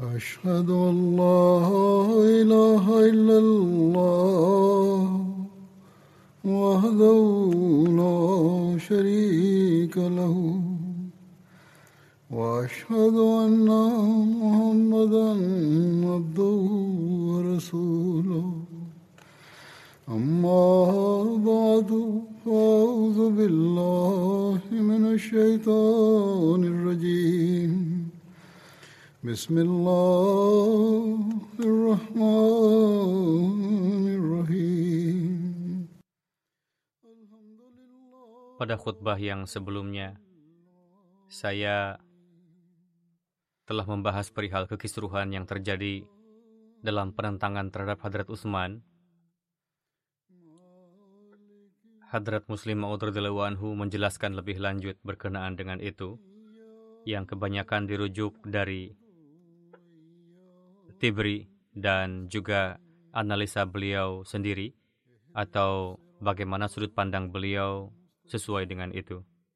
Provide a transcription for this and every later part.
أشهد أن لا إله إلا الله وحده لا شريك له وأشهد أن محمدا عبده ورسوله أما بعد فأعوذ بالله من الشيطان الرجيم بسم الله الرحمن الرحيم. Pada khutbah yang sebelumnya, saya telah membahas perihal kekisruhan yang terjadi dalam penentangan terhadap Hadrat Utsman. Hadrat Muslim Maud radhiyallahu anhu menjelaskan lebih lanjut berkenaan dengan itu, yang kebanyakan dirujuk dari Tibri dan juga analisa beliau sendiri atau bagaimana sudut pandang beliau sesuai dengan itu.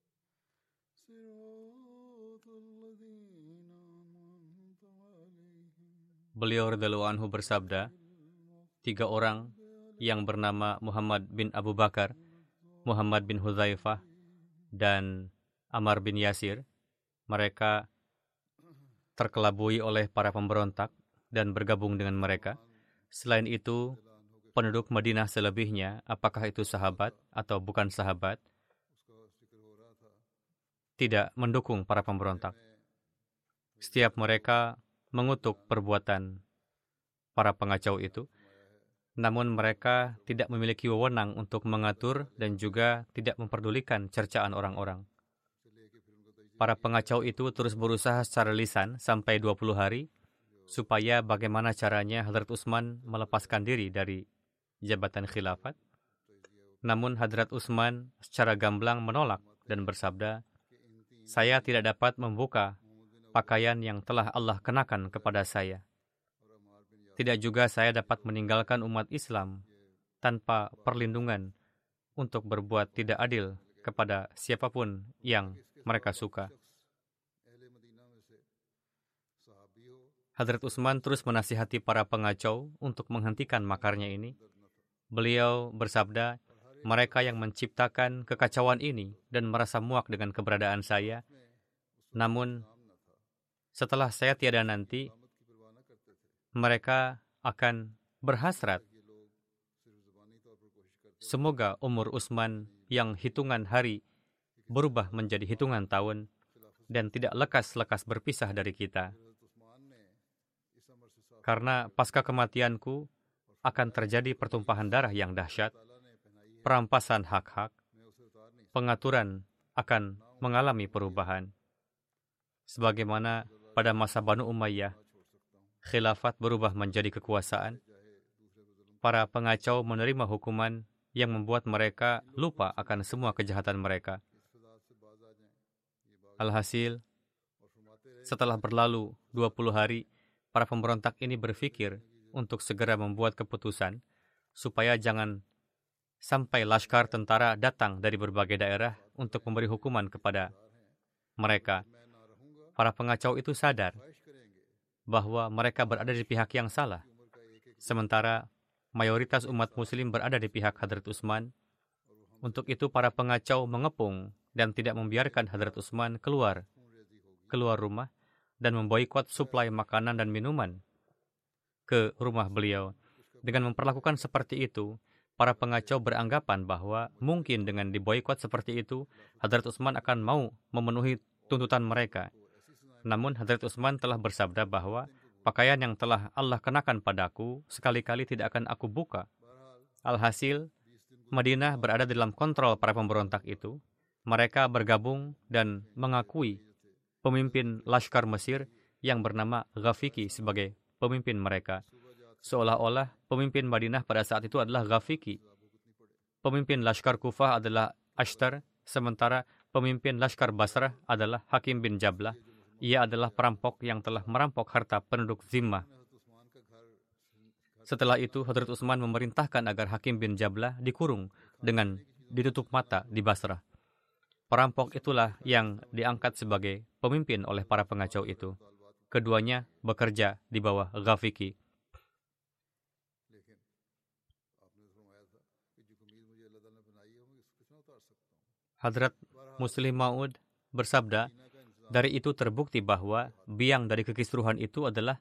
Beliau radhiyallahu anhu bersabda, 3 orang yang bernama Muhammad bin Abu Bakar, Muhammad bin Hudzaifah, dan Ammar bin Yasir, mereka terkelabui oleh para pemberontak dan bergabung dengan mereka. Selain itu, penduduk Madinah selebihnya, apakah itu sahabat atau bukan sahabat, tidak mendukung para pemberontak. Setiap mereka mengutuk perbuatan para pengacau itu, namun mereka tidak memiliki wewenang untuk mengatur dan juga tidak memperdulikan cercaan orang-orang. Para pengacau itu terus berusaha secara lisan sampai 20 hari, supaya bagaimana caranya Hadrat Utsman melepaskan diri dari jabatan khilafat. Namun Hadrat Utsman secara gamblang menolak dan bersabda, "Saya tidak dapat membuka pakaian yang telah Allah kenakan kepada saya. Tidak juga saya dapat meninggalkan umat Islam tanpa perlindungan untuk berbuat tidak adil kepada siapapun yang mereka suka." Hadrat Utsman terus menasihati para pengacau untuk menghentikan makarnya ini. Beliau bersabda, "Mereka yang menciptakan kekacauan ini dan merasa muak dengan keberadaan saya. Namun, setelah saya tiada nanti, mereka akan berhasrat. Semoga umur Utsman yang hitungan hari berubah menjadi hitungan tahun dan tidak lekas-lekas berpisah dari kita. Karena pasca kematianku akan terjadi pertumpahan darah yang dahsyat, perampasan hak-hak, pengaturan akan mengalami perubahan. Sebagaimana pada masa Banu Umayyah, khilafat berubah menjadi kekuasaan. Para pengacau menerima hukuman yang membuat mereka lupa akan semua kejahatan mereka. Alhasil, setelah berlalu 20 hari, para pemberontak ini berpikir untuk segera membuat keputusan supaya jangan sampai laskar tentara datang dari berbagai daerah untuk memberi hukuman kepada mereka. Para pengacau itu sadar bahwa mereka berada di pihak yang salah, sementara mayoritas umat muslim berada di pihak Hadrat Utsman. Untuk itu para pengacau mengepung dan tidak membiarkan Hadrat Utsman keluar rumah dan memboikot suplai makanan dan minuman ke rumah beliau. Dengan memperlakukan seperti itu, para pengacau beranggapan bahwa mungkin dengan diboikot seperti itu, Hadrat Utsman akan mau memenuhi tuntutan mereka. Namun Hadrat Utsman telah bersabda bahwa pakaian yang telah Allah kenakan padaku sekali-kali tidak akan aku buka. Alhasil, Madinah berada dalam kontrol para pemberontak itu. Mereka bergabung dan mengakui pemimpin Laskar Mesir yang bernama Ghafiqi sebagai pemimpin mereka. Seolah-olah pemimpin Madinah pada saat itu adalah Ghafiqi. Pemimpin Laskar Kufah adalah Ashtar, sementara pemimpin Laskar Basrah adalah Hakim bin Jablah. Ia adalah perampok yang telah merampok harta penduduk Zimmah. Setelah itu, Hadrat Utsman memerintahkan agar Hakim bin Jablah dikurung dengan ditutup mata di Basrah. Perampok itulah yang diangkat sebagai pemimpin oleh para pengacau itu. keduanya bekerja di bawah Ghafiqi. Hadrat Muslim Maud bersabda, dari itu terbukti bahwa biang dari kekisruhan itu adalah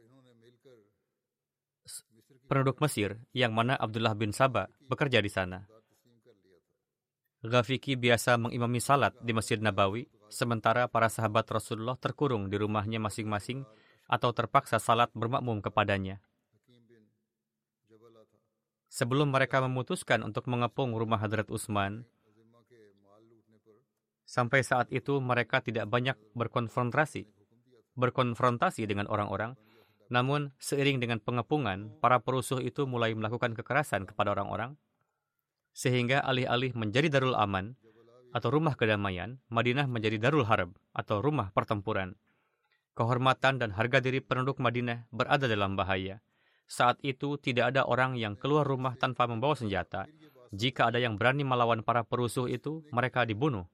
penduduk Mesir yang mana Abdullah bin Saba bekerja di sana. Ghafiqi biasa mengimami salat di Masjid Nabawi, sementara para sahabat Rasulullah terkurung di rumahnya masing-masing atau terpaksa salat bermakmum kepadanya. Sebelum mereka memutuskan untuk mengepung rumah Hadrat Utsman, sampai saat itu mereka tidak banyak berkonfrontasi dengan orang-orang. Namun, seiring dengan pengepungan, para perusuh itu mulai melakukan kekerasan kepada orang-orang, sehingga alih-alih menjadi Darul Aman atau rumah kedamaian, Madinah menjadi Darul Harb atau rumah pertempuran. Kehormatan dan harga diri penduduk Madinah berada dalam bahaya. Saat itu tidak ada orang yang keluar rumah tanpa membawa senjata. Jika ada yang berani melawan para perusuh itu, mereka dibunuh.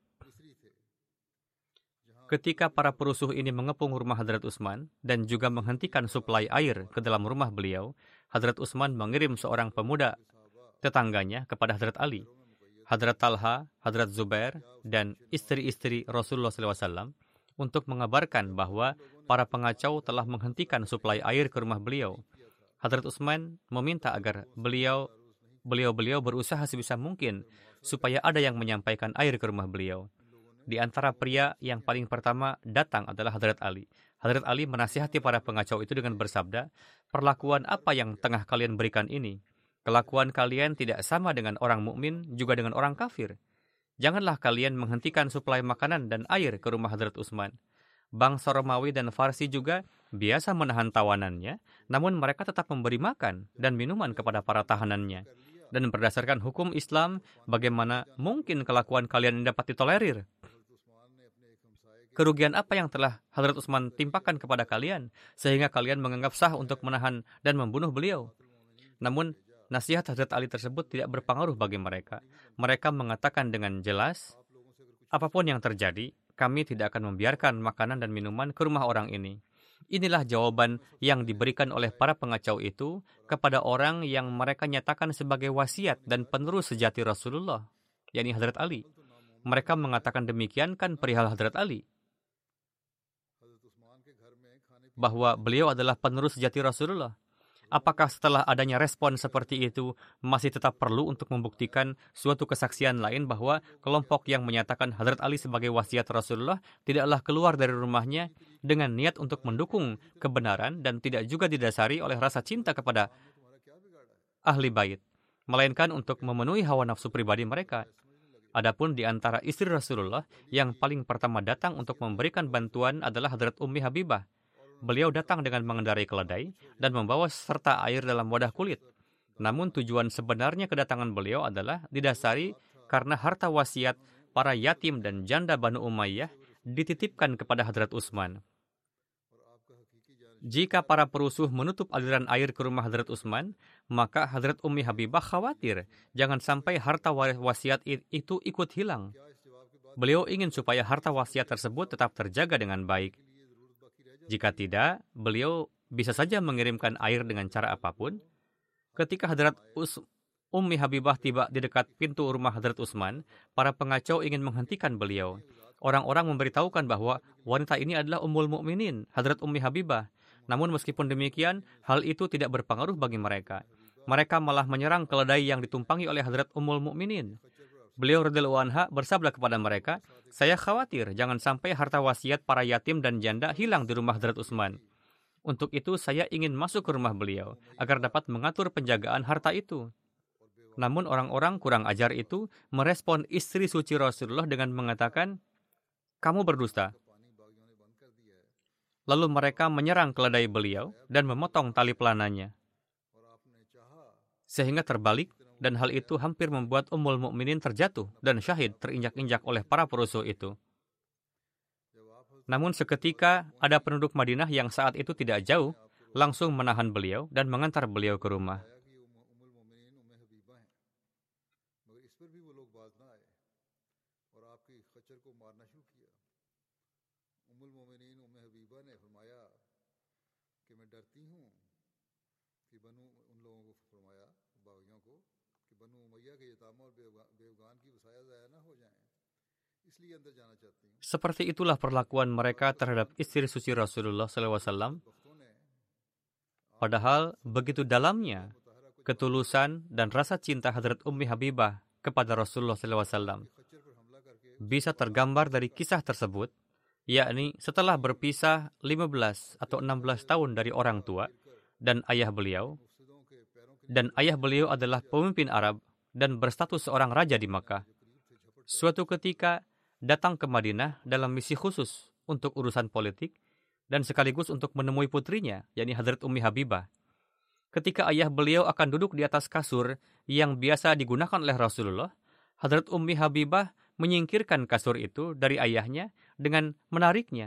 Ketika para perusuh ini mengepung rumah Hadrat Utsman dan juga menghentikan suplai air ke dalam rumah beliau, Hadrat Utsman mengirim seorang pemuda tetangganya kepada Hadrat Ali, Hadrat Talha, Hadrat Zubair, dan istri-istri Rasulullah SAW untuk mengabarkan bahwa para pengacau telah menghentikan suplai air ke rumah beliau. Hadrat Utsman meminta agar beliau berusaha sebisa mungkin supaya ada yang menyampaikan air ke rumah beliau. Di antara pria yang paling pertama datang adalah Hadrat Ali. Hadrat Ali menasihati para pengacau itu dengan bersabda, perlakuan apa yang tengah kalian berikan ini? Kelakuan kalian tidak sama dengan orang mukmin, juga dengan orang kafir. Janganlah kalian menghentikan suplai makanan dan air ke rumah Hadrat Utsman. Bangsa Romawi dan Farsi juga biasa menahan tawanannya, namun mereka tetap memberi makan dan minuman kepada para tahanannya. Dan berdasarkan hukum Islam, bagaimana mungkin kelakuan kalian dapat ditolerir? Kerugian apa yang telah Hadrat Utsman timpakan kepada kalian, sehingga kalian menganggap sah untuk menahan dan membunuh beliau? Namun, nasihat Hadrat Ali tersebut tidak berpengaruh bagi mereka. Mereka mengatakan dengan jelas, apapun yang terjadi, kami tidak akan membiarkan makanan dan minuman ke rumah orang ini. Inilah jawaban yang diberikan oleh para pengacau itu kepada orang yang mereka nyatakan sebagai wasiat dan penerus sejati Rasulullah, yakni Hadrat Ali. Mereka mengatakan demikian kan perihal Hadrat Ali, bahwa beliau adalah penerus sejati Rasulullah. Apakah setelah adanya respon seperti itu masih tetap perlu untuk membuktikan suatu kesaksian lain bahwa kelompok yang menyatakan Hadrat Ali sebagai wasiat Rasulullah tidaklah keluar dari rumahnya dengan niat untuk mendukung kebenaran dan tidak juga didasari oleh rasa cinta kepada ahli bait, melainkan untuk memenuhi hawa nafsu pribadi mereka? Adapun di antara istri Rasulullah yang paling pertama datang untuk memberikan bantuan adalah Hadrat Ummi Habibah. Beliau datang dengan mengendarai keledai dan membawa serta air dalam wadah kulit. Namun tujuan sebenarnya kedatangan beliau adalah didasari karena harta wasiat para yatim dan janda Banu Umayyah dititipkan kepada Hadrat Utsman. Jika para perusuh menutup aliran air ke rumah Hadrat Utsman, maka Hadrat Ummi Habibah khawatir jangan sampai harta wasiat itu ikut hilang. Beliau ingin supaya harta wasiat tersebut tetap terjaga dengan baik. Jika tidak, beliau bisa saja mengirimkan air dengan cara apapun. Ketika Hadrat Ummi Habibah tiba di dekat pintu rumah Hadrat Utsman, para pengacau ingin menghentikan beliau. Orang-orang memberitahukan bahwa wanita ini adalah Ummul Mukminin, Hadrat Ummi Habibah. Namun meskipun demikian, hal itu tidak berpengaruh bagi mereka. Mereka malah menyerang keledai yang ditumpangi oleh Hadrat Ummul Mukminin. Beliau radhiyallahu anha bersabda kepada mereka, saya khawatir jangan sampai harta wasiat para yatim dan janda hilang di rumah Hadrat Utsman. Untuk itu saya ingin masuk ke rumah beliau agar dapat mengatur penjagaan harta itu. Namun orang-orang kurang ajar itu merespon istri suci Rasulullah dengan mengatakan, kamu berdusta. Lalu mereka menyerang keledai beliau dan memotong tali pelananya, sehingga terbalik. Dan hal itu hampir membuat Ummul Mukminin terjatuh dan syahid terinjak-injak oleh para perusuh itu. Namun seketika ada penduduk Madinah yang saat itu tidak jauh langsung menahan beliau dan mengantar beliau ke rumah. कि मैं डरती हूँ कि बनु उन लोगों को फरमाया बागियों को कि बनु उमैया के यतामा और बेवगान की वसाया ज़ाया ना हो जाएं, इसलिए अंदर जाना चाहती हूँ. Seperti itulah perlakuan mereka terhadap istri suci Rasulullah SAW. Padahal begitu dalamnya ketulusan dan rasa cinta Hadrat Ummi Habibah kepada Rasulullah SAW bisa tergambar dari kisah tersebut, yakni setelah berpisah 15 atau 16 tahun dari orang tua dan ayah beliau adalah pemimpin Arab dan berstatus seorang raja di Makkah. Suatu ketika datang ke Madinah dalam misi khusus untuk urusan politik dan sekaligus untuk menemui putrinya, yakni Hadrat Ummi Habibah. Ketika ayah beliau akan duduk di atas kasur yang biasa digunakan oleh Rasulullah, Hadrat Ummi Habibah menyingkirkan kasur itu dari ayahnya dengan menariknya.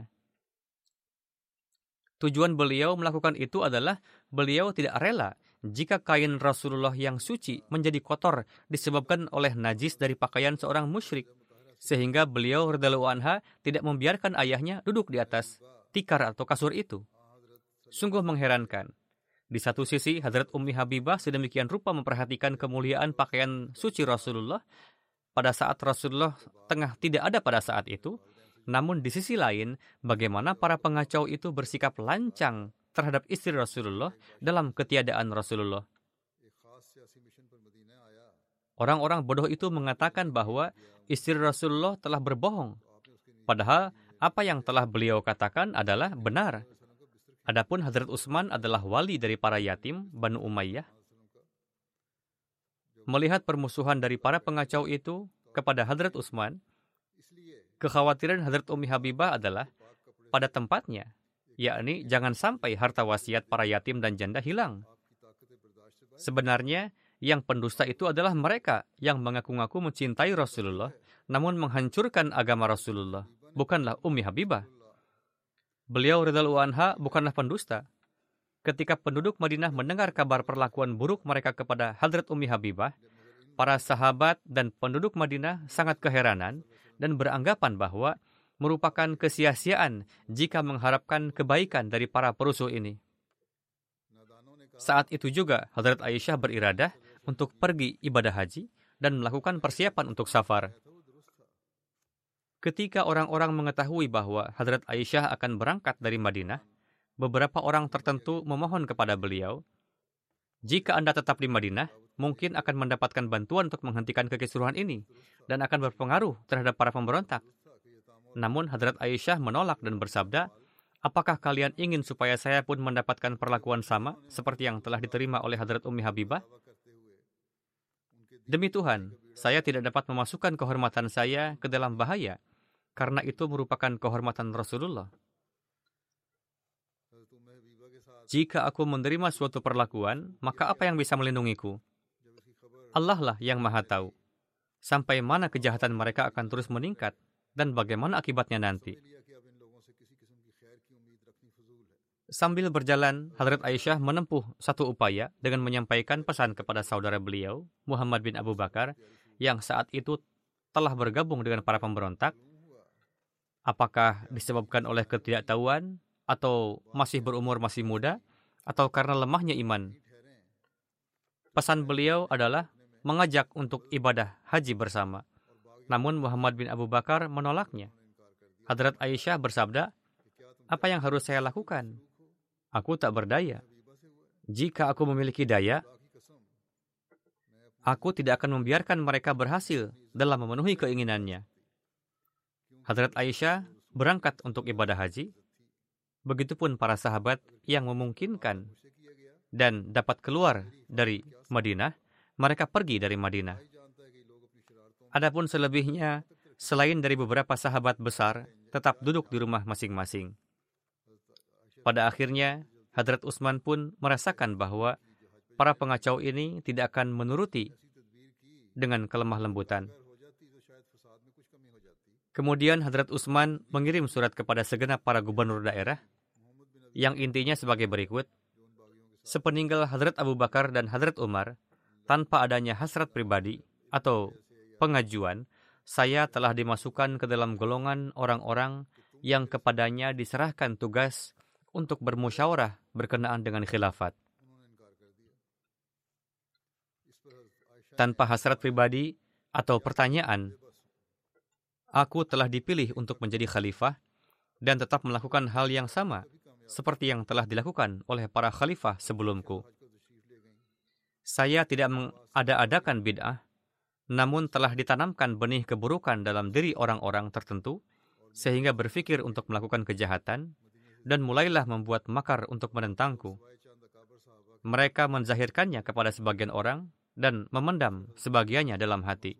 Tujuan beliau melakukan itu adalah beliau tidak rela jika kain Rasulullah yang suci menjadi kotor disebabkan oleh najis dari pakaian seorang musyrik, sehingga beliau radhiyallahu anha tidak membiarkan ayahnya duduk di atas tikar atau kasur itu. Sungguh mengherankan. Di satu sisi, Hadrat Ummi Habibah sedemikian rupa memperhatikan kemuliaan pakaian suci Rasulullah pada saat Rasulullah tengah tidak ada pada saat itu. Namun di sisi lain, bagaimana para pengacau itu bersikap lancang terhadap istri Rasulullah dalam ketiadaan Rasulullah. Orang-orang bodoh itu mengatakan bahwa istri Rasulullah telah berbohong. Padahal apa yang telah beliau katakan adalah benar. Adapun Hadrat Utsman adalah wali dari para yatim Banu Umayyah. Melihat permusuhan dari para pengacau itu kepada Hadrat Utsman, kekhawatiran Hadrat Ummi Habibah adalah pada tempatnya, yakni jangan sampai harta wasiat para yatim dan janda hilang. Sebenarnya, yang pendusta itu adalah mereka yang mengaku-ngaku mencintai Rasulullah, namun menghancurkan agama Rasulullah, bukanlah Ummi Habibah. Beliau radhiyallahu anha bukanlah pendusta. Ketika penduduk Madinah mendengar kabar perlakuan buruk mereka kepada Hadrat Ummi Habibah, para sahabat dan penduduk Madinah sangat keheranan dan beranggapan bahwa merupakan kesia-siaan jika mengharapkan kebaikan dari para perusuh ini. Saat itu juga Hadrat Aisyah beriradah untuk pergi ibadah haji dan melakukan persiapan untuk safar. Ketika orang-orang mengetahui bahwa Hadrat Aisyah akan berangkat dari Madinah, beberapa orang tertentu memohon kepada beliau, jika Anda tetap di Madinah, mungkin akan mendapatkan bantuan untuk menghentikan kekisruhan ini dan akan berpengaruh terhadap para pemberontak. Namun Hadrat Aisyah menolak dan bersabda, apakah kalian ingin supaya saya pun mendapatkan perlakuan sama seperti yang telah diterima oleh Hadrat Ummi Habibah? Demi Tuhan, saya tidak dapat memasukkan kehormatan saya ke dalam bahaya, karena itu merupakan kehormatan Rasulullah. Jika aku menerima suatu perlakuan, maka apa yang bisa melindungiku? Allah lah yang Maha Tahu. Sampai mana kejahatan mereka akan terus meningkat, dan bagaimana akibatnya nanti. Sambil berjalan, Hadrat Aisyah menempuh satu upaya dengan menyampaikan pesan kepada saudara beliau, Muhammad bin Abu Bakar, yang saat itu telah bergabung dengan para pemberontak. Apakah disebabkan oleh ketidaktahuan, atau masih berumur masih muda, atau karena lemahnya iman? Pesan beliau adalah mengajak untuk ibadah haji bersama. Namun Muhammad bin Abu Bakar menolaknya. Hadrat Aisyah bersabda, apa yang harus saya lakukan? Aku tak berdaya. Jika aku memiliki daya, aku tidak akan membiarkan mereka berhasil dalam memenuhi keinginannya. Hadrat Aisyah berangkat untuk ibadah haji. Begitupun para sahabat yang memungkinkan dan dapat keluar dari Madinah, mereka pergi dari Madinah. Adapun selebihnya, selain dari beberapa sahabat besar, tetap duduk di rumah masing-masing. Pada akhirnya, Hadrat Utsman pun merasakan bahwa para pengacau ini tidak akan menuruti dengan kelemah lembutan. Kemudian Hadrat Utsman mengirim surat kepada segenap para gubernur daerah, yang intinya sebagai berikut. Sepeninggal Hadrat Abu Bakar dan Hadrat Umar, tanpa adanya hasrat pribadi atau pengajuan, saya telah dimasukkan ke dalam golongan orang-orang yang kepadanya diserahkan tugas untuk bermusyawarah berkenaan dengan khilafat. उन्होंने इनकार कर दिया। इस पर आयशा Tanpa hasrat pribadi atau pertanyaan, aku telah dipilih untuk menjadi khalifah dan tetap melakukan hal yang sama seperti yang telah dilakukan oleh para khalifah sebelumku. हज को तशरीफ ले गई। Saya tidak mengada-adakan bid'ah, namun telah ditanamkan benih keburukan dalam diri orang-orang tertentu, sehingga berpikir untuk melakukan kejahatan, dan mulailah membuat makar untuk menentangku. Mereka menzahirkannya kepada sebagian orang, dan memendam sebagiannya dalam hati.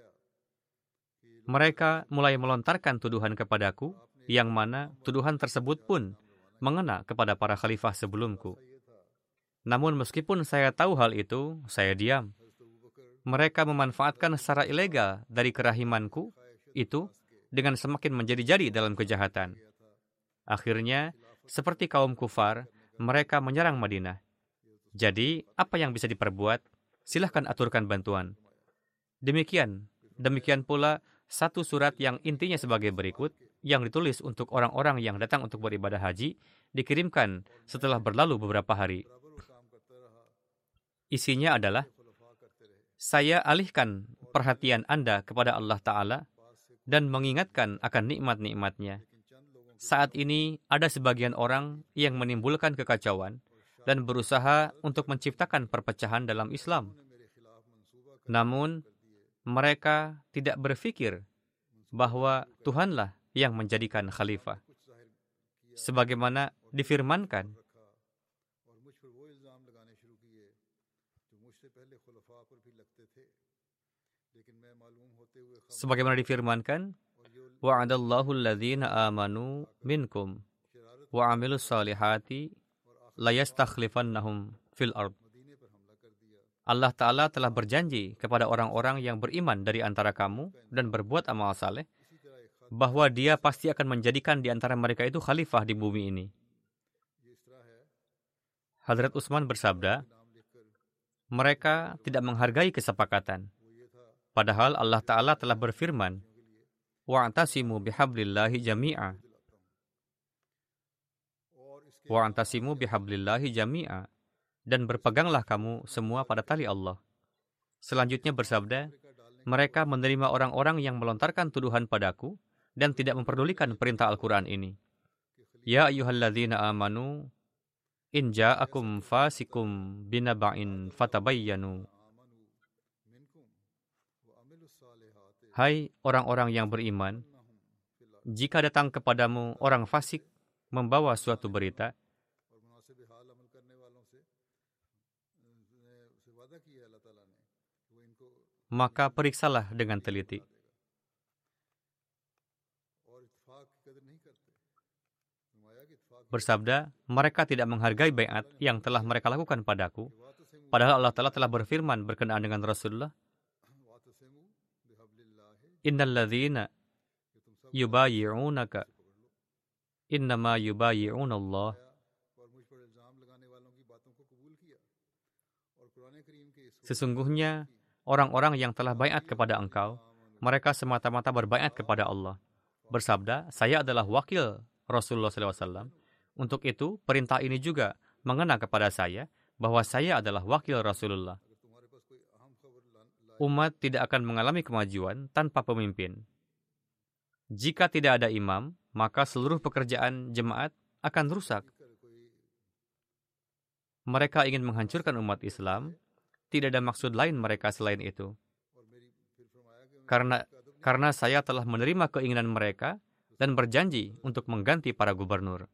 Mereka mulai melontarkan tuduhan kepadaku, yang mana tuduhan tersebut pun mengena kepada para khalifah sebelumku. Namun meskipun saya tahu hal itu, saya diam. Mereka memanfaatkan secara ilegal dari kerahimanku itu dengan semakin menjadi-jadi dalam kejahatan. Akhirnya, seperti kaum kufar, mereka menyerang Madinah. Jadi, apa yang bisa diperbuat? Silahkan aturkan bantuan. Demikian pula satu surat yang intinya sebagai berikut, yang ditulis untuk orang-orang yang datang untuk beribadah haji, dikirimkan setelah berlalu beberapa hari. Isinya adalah, saya alihkan perhatian Anda kepada Allah Ta'ala dan mengingatkan akan nikmat-nikmatnya. Saat ini ada sebagian orang yang menimbulkan kekacauan dan berusaha untuk menciptakan perpecahan dalam Islam. Namun, mereka tidak berpikir bahwa Tuhanlah yang menjadikan khalifah. Sebagaimana difirmankan, wa'adallahu alladhina amanu minkum wa amilus salihati layastakhlifannahum fil ard. Allah Ta'ala telah berjanji kepada orang-orang yang beriman dari antara kamu dan berbuat amal saleh, bahwa Dia pasti akan menjadikan di antara mereka itu khalifah di bumi ini. Hadrat Utsman bersabda, mereka tidak menghargai kesepakatan. Padahal Allah Ta'ala telah berfirman, wa'tasimu bihablillahi jami'a. Wa'tasimu bihablillahi jami'a. Dan berpeganglah kamu semua pada tali Allah. Selanjutnya bersabda, mereka menerima orang-orang yang melontarkan tuduhan padaku dan tidak memperdulikan perintah Al-Quran ini. Ya ayyuhalladzina amanu, in ja'akum fasikum binaba'in fatabayyanu. Hai orang-orang yang beriman, jika datang kepadamu orang fasik membawa suatu berita, maka periksalah dengan teliti. Bersabda, mereka tidak menghargai baiat yang telah mereka lakukan padaku, padahal Allah Ta'ala telah berfirman berkenaan dengan Rasulullah, innal ladzina yubayyi'unaka innama yubayyi'unallah. Sesungguhnya orang-orang yang telah baiat kepada engkau, mereka semata-mata berbaiat kepada Allah. Bersabda, saya adalah wakil Rasulullah SAW. Untuk itu, perintah ini juga mengena kepada saya, bahwa saya adalah wakil Rasulullah. Umat tidak akan mengalami kemajuan tanpa pemimpin. Jika tidak ada imam, maka seluruh pekerjaan jemaat akan rusak. Mereka ingin menghancurkan umat Islam, tidak ada maksud lain mereka selain itu. Karena saya telah menerima keinginan mereka dan berjanji untuk mengganti para gubernur.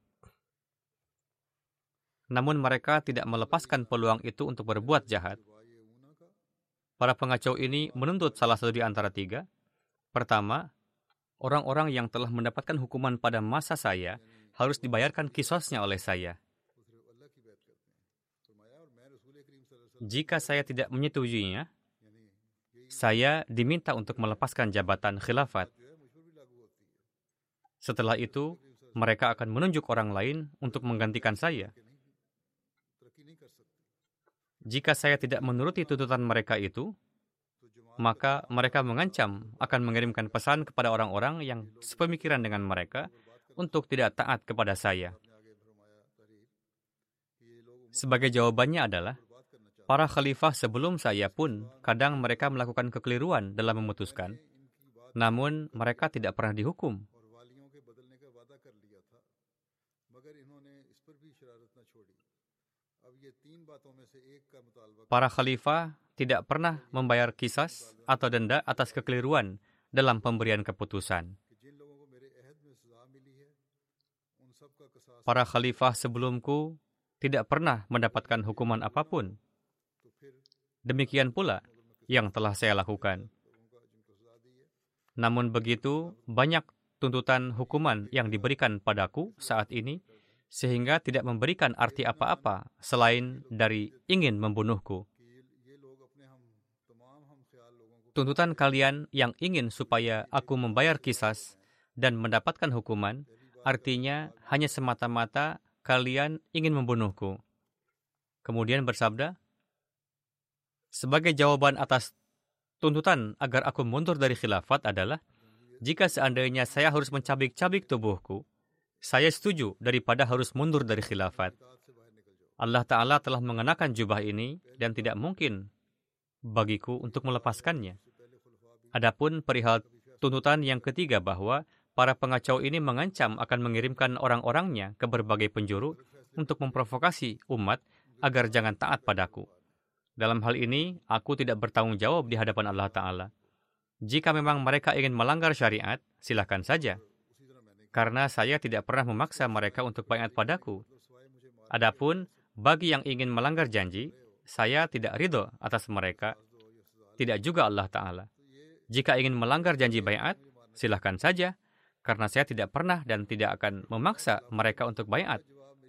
Namun mereka tidak melepaskan peluang itu untuk berbuat jahat. Para pengacau ini menuntut salah satu di antara tiga. Pertama, orang-orang yang telah mendapatkan hukuman pada masa saya harus dibayarkan qisasnya oleh saya. Jika saya tidak menyetujuinya, saya diminta untuk melepaskan jabatan khilafat. Setelah itu, mereka akan menunjuk orang lain untuk menggantikan saya. Jika saya tidak menuruti tuntutan mereka itu, maka mereka mengancam akan mengirimkan pesan kepada orang-orang yang sepemikiran dengan mereka untuk tidak taat kepada saya. Sebagai jawabannya adalah, para khalifah sebelum saya pun kadang mereka melakukan kekeliruan dalam memutuskan, namun mereka tidak pernah dihukum. Para khalifah tidak pernah membayar qisas atau denda atas kekeliruan dalam pemberian keputusan. Para khalifah sebelumku tidak pernah mendapatkan hukuman apapun. Demikian pula yang telah saya lakukan. Namun begitu, banyak tuntutan hukuman yang diberikan padaku saat ini, sehingga tidak memberikan arti apa-apa selain dari ingin membunuhku. Tuntutan kalian yang ingin supaya aku membayar qisas dan mendapatkan hukuman, artinya hanya semata-mata kalian ingin membunuhku. Kemudian bersabda, sebagai jawaban atas tuntutan agar aku mundur dari khilafat adalah, jika seandainya saya harus mencabik-cabik tubuhku, saya setuju daripada harus mundur dari khilafat. Allah Ta'ala telah mengenakan jubah ini dan tidak mungkin bagiku untuk melepaskannya. Adapun perihal tuntutan yang ketiga bahwa para pengacau ini mengancam akan mengirimkan orang-orangnya ke berbagai penjuru untuk memprovokasi umat agar jangan taat padaku. Dalam hal ini, aku tidak bertanggung jawab di hadapan Allah Ta'ala. Jika memang mereka ingin melanggar syariat, silakan saja. Karena saya tidak pernah memaksa mereka untuk baiat padaku. Adapun, bagi yang ingin melanggar janji, saya tidak ridho atas mereka. Tidak juga Allah Ta'ala. Jika ingin melanggar janji baiat, silakan saja. Karena saya tidak pernah dan tidak akan memaksa mereka untuk baiat.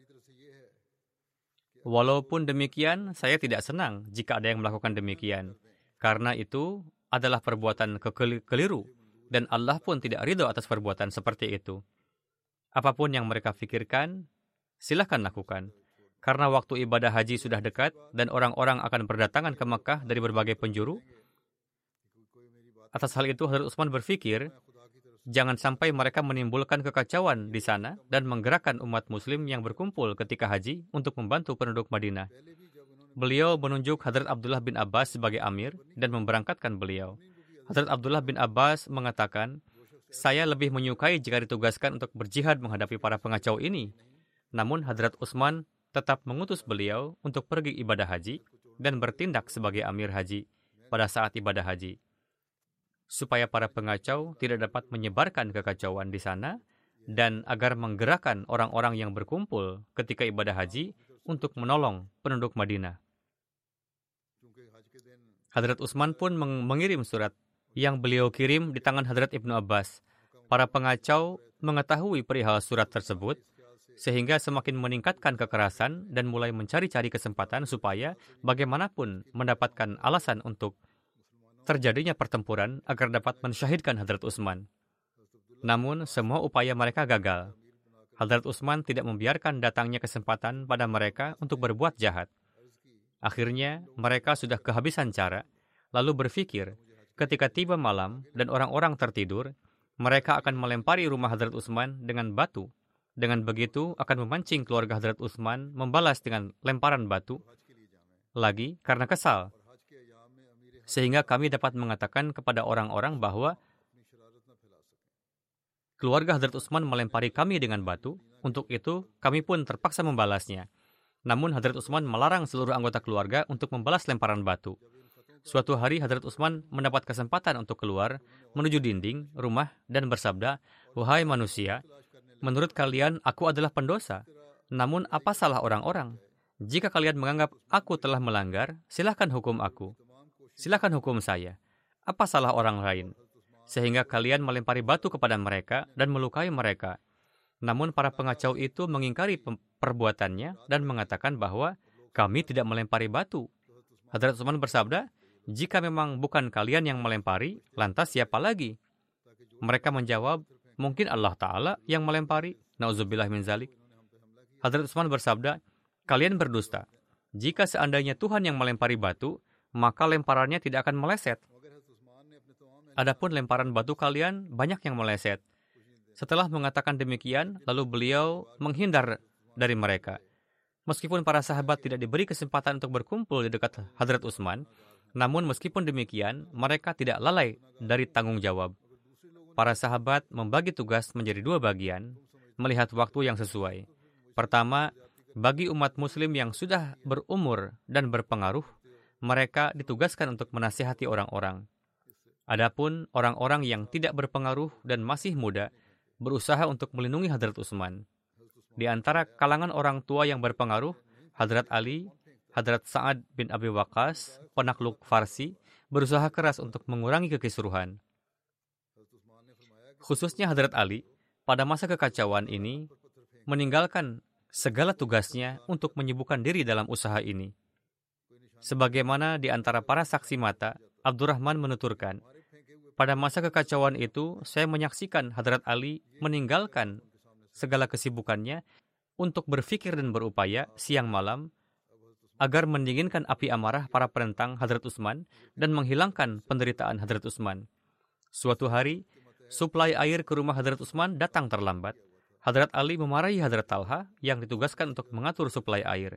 Walaupun demikian, saya tidak senang jika ada yang melakukan demikian. Karena itu adalah perbuatan keliru, dan Allah pun tidak ridho atas perbuatan seperti itu. Apapun yang mereka pikirkan, silakan lakukan. Karena waktu ibadah haji sudah dekat, dan orang-orang akan berdatangan ke Makkah dari berbagai penjuru. Atas hal itu, Hazrat Utsman berpikir, jangan sampai mereka menimbulkan kekacauan di sana dan menggerakkan umat muslim yang berkumpul ketika haji untuk membantu penduduk Madinah. Beliau menunjuk Hazrat Abdullah bin Abbas sebagai amir dan memberangkatkan beliau. Hazrat Abdullah bin Abbas mengatakan, saya lebih menyukai jika ditugaskan untuk berjihad menghadapi para pengacau ini. Namun Hazrat Utsman tetap mengutus beliau untuk pergi ibadah haji dan bertindak sebagai amir haji pada saat ibadah haji, supaya para pengacau tidak dapat menyebarkan kekacauan di sana, dan agar menggerakkan orang-orang yang berkumpul ketika ibadah haji untuk menolong penduduk Madinah. Hazrat Utsman pun mengirim surat yang beliau kirim di tangan Hazrat Ibnu Abbas. Para pengacau mengetahui perihal surat tersebut, sehingga semakin meningkatkan kekerasan dan mulai mencari-cari kesempatan supaya bagaimanapun mendapatkan alasan untuk terjadinya pertempuran agar dapat mensyahidkan Hazrat Utsman. Namun, semua upaya mereka gagal. Hazrat Utsman tidak membiarkan datangnya kesempatan pada mereka untuk berbuat jahat. Akhirnya, mereka sudah kehabisan cara, lalu berpikir, ketika tiba malam dan orang-orang tertidur, mereka akan melempari rumah Hazrat Utsman dengan batu. Dengan begitu, akan memancing keluarga Hazrat Utsman membalas dengan lemparan batu lagi karena kesal. Sehingga kami dapat mengatakan kepada orang-orang bahwa keluarga Hazrat Utsman melempari kami dengan batu, untuk itu kami pun terpaksa membalasnya. Namun Hazrat Utsman melarang seluruh anggota keluarga untuk membalas lemparan batu. Suatu hari Hazrat Utsman mendapat kesempatan untuk keluar, menuju dinding, rumah, dan bersabda, wahai manusia, menurut kalian aku adalah pendosa. Namun apa salah orang-orang? Jika kalian menganggap aku telah melanggar, silakan hukum aku. Silakan hukum saya. Apa salah orang lain? Sehingga kalian melempari batu kepada mereka dan melukai mereka. Namun para pengacau itu mengingkari perbuatannya dan mengatakan bahwa kami tidak melempari batu. Hazrat Utsman bersabda, jika memang bukan kalian yang melempari, lantas siapa lagi? Mereka menjawab, mungkin Allah Ta'ala yang melempari. Na'udzubillah min zalik. Hazrat Utsman bersabda, kalian berdusta. Jika seandainya Tuhan yang melempari batu, maka lemparannya tidak akan meleset. Adapun lemparan batu kalian banyak yang meleset. Setelah mengatakan demikian, lalu beliau menghindar dari mereka. Meskipun para sahabat tidak diberi kesempatan untuk berkumpul di dekat Hadrat Utsman, namun meskipun demikian, mereka tidak lalai dari tanggung jawab. Para sahabat membagi tugas menjadi dua bagian, melihat waktu yang sesuai. Pertama, bagi umat muslim yang sudah berumur dan berpengaruh, mereka ditugaskan untuk menasihati orang-orang. Adapun orang-orang yang tidak berpengaruh dan masih muda, berusaha untuk melindungi Hadrat Utsman. Di antara kalangan orang tua yang berpengaruh, Hadrat Ali, Hadrat Sa'ad bin Abi Waqqas, penakluk Farsi, berusaha keras untuk mengurangi kekisruhan. Khususnya Hadrat Ali, pada masa kekacauan ini, meninggalkan segala tugasnya untuk menyibukkan diri dalam usaha ini. Sebagaimana di antara para saksi mata, Abdurrahman menuturkan, pada masa kekacauan itu, saya menyaksikan Hadrat Ali meninggalkan segala kesibukannya untuk berpikir dan berupaya siang malam agar mendinginkan api amarah para penentang Hadrat Utsman dan menghilangkan penderitaan Hadrat Utsman. Suatu hari, suplai air ke rumah Hadrat Utsman datang terlambat. Hadrat Ali memarahi Hadrat Talha yang ditugaskan untuk mengatur suplai air.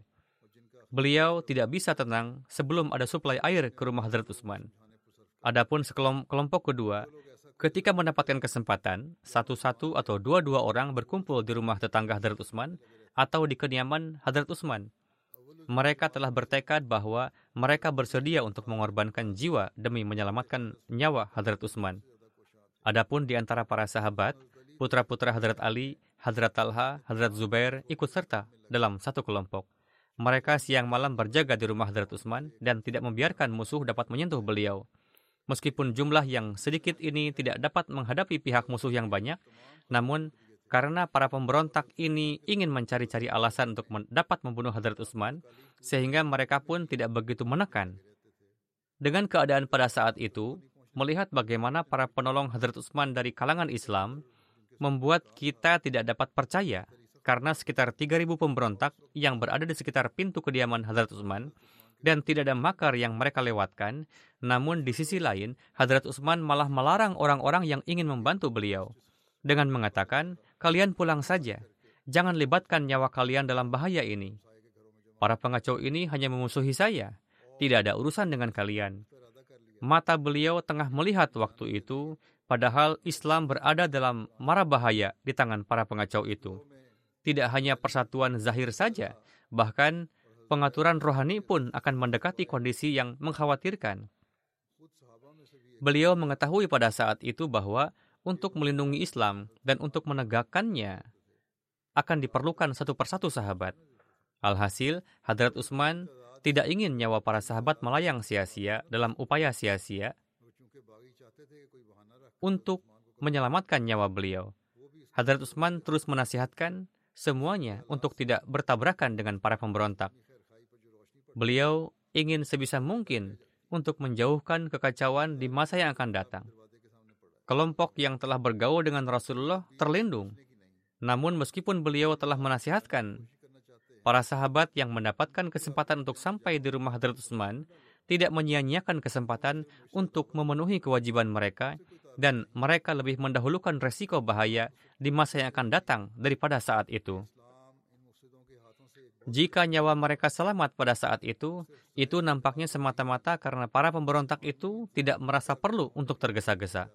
Beliau tidak bisa tenang sebelum ada suplai air ke rumah Hadrat Utsman. Adapun kelompok kedua, ketika mendapatkan kesempatan, satu-satu atau dua-dua orang berkumpul di rumah tetangga Hadrat Utsman atau di kediaman Hadrat Utsman. Mereka telah bertekad bahwa mereka bersedia untuk mengorbankan jiwa demi menyelamatkan nyawa Hadrat Utsman. Adapun di antara para sahabat, putra-putra Hadrat Ali, Hadrat Talha, Hadrat Zubair ikut serta dalam satu kelompok. Mereka siang malam berjaga di rumah Hadrat Utsman dan tidak membiarkan musuh dapat menyentuh beliau. Meskipun jumlah yang sedikit ini tidak dapat menghadapi pihak musuh yang banyak, namun karena para pemberontak ini ingin mencari-cari alasan untuk dapat membunuh Hadrat Utsman, sehingga mereka pun tidak begitu menekan. Dengan keadaan pada saat itu, melihat bagaimana para penolong Hadrat Utsman dari kalangan Islam, membuat kita tidak dapat percaya, karena sekitar 3.000 pemberontak yang berada di sekitar pintu kediaman Hadrat Utsman, dan tidak ada makar yang mereka lewatkan, namun di sisi lain, Hadrat Utsman malah melarang orang-orang yang ingin membantu beliau. Dengan mengatakan, kalian pulang saja, jangan libatkan nyawa kalian dalam bahaya ini. Para pengacau ini hanya memusuhi saya, tidak ada urusan dengan kalian. Mata beliau tengah melihat waktu itu, padahal Islam berada dalam mara bahaya di tangan para pengacau itu. Tidak hanya persatuan zahir saja, bahkan pengaturan rohani pun akan mendekati kondisi yang mengkhawatirkan. Beliau mengetahui pada saat itu bahwa untuk melindungi Islam dan untuk menegakkannya akan diperlukan satu persatu sahabat. Alhasil, Hadrat Utsman tidak ingin nyawa para sahabat melayang sia-sia dalam upaya sia-sia untuk menyelamatkan nyawa beliau. Hadrat Utsman terus menasihatkan semuanya untuk tidak bertabrakan dengan para pemberontak. Beliau ingin sebisa mungkin untuk menjauhkan kekacauan di masa yang akan datang. Kelompok yang telah bergaul dengan Rasulullah terlindung. Namun meskipun beliau telah menasihatkan, para sahabat yang mendapatkan kesempatan untuk sampai di rumah Hadrat Utsman tidak menyia-nyiakan kesempatan untuk memenuhi kewajiban mereka, dan mereka lebih mendahulukan resiko bahaya di masa yang akan datang daripada saat itu. Jika nyawa mereka selamat pada saat itu nampaknya semata-mata karena para pemberontak itu tidak merasa perlu untuk tergesa-gesa.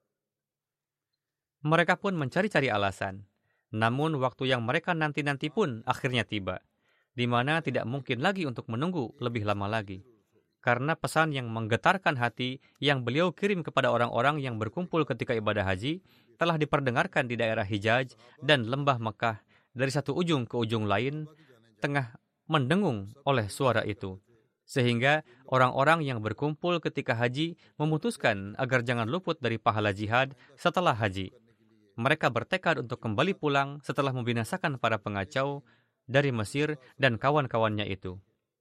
Mereka pun mencari-cari alasan. Namun waktu yang mereka nanti-nanti pun akhirnya tiba, di mana tidak mungkin lagi untuk menunggu lebih lama lagi. Karena pesan yang menggetarkan hati yang beliau kirim kepada orang-orang yang berkumpul ketika ibadah haji telah diperdengarkan di daerah Hijaz dan lembah Mekah dari satu ujung ke ujung lain, tengah mendengung oleh suara itu. Sehingga orang-orang yang berkumpul ketika haji memutuskan agar jangan luput dari pahala jihad setelah haji. Mereka bertekad untuk kembali pulang setelah membinasakan para pengacau dari Mesir dan kawan-kawannya itu.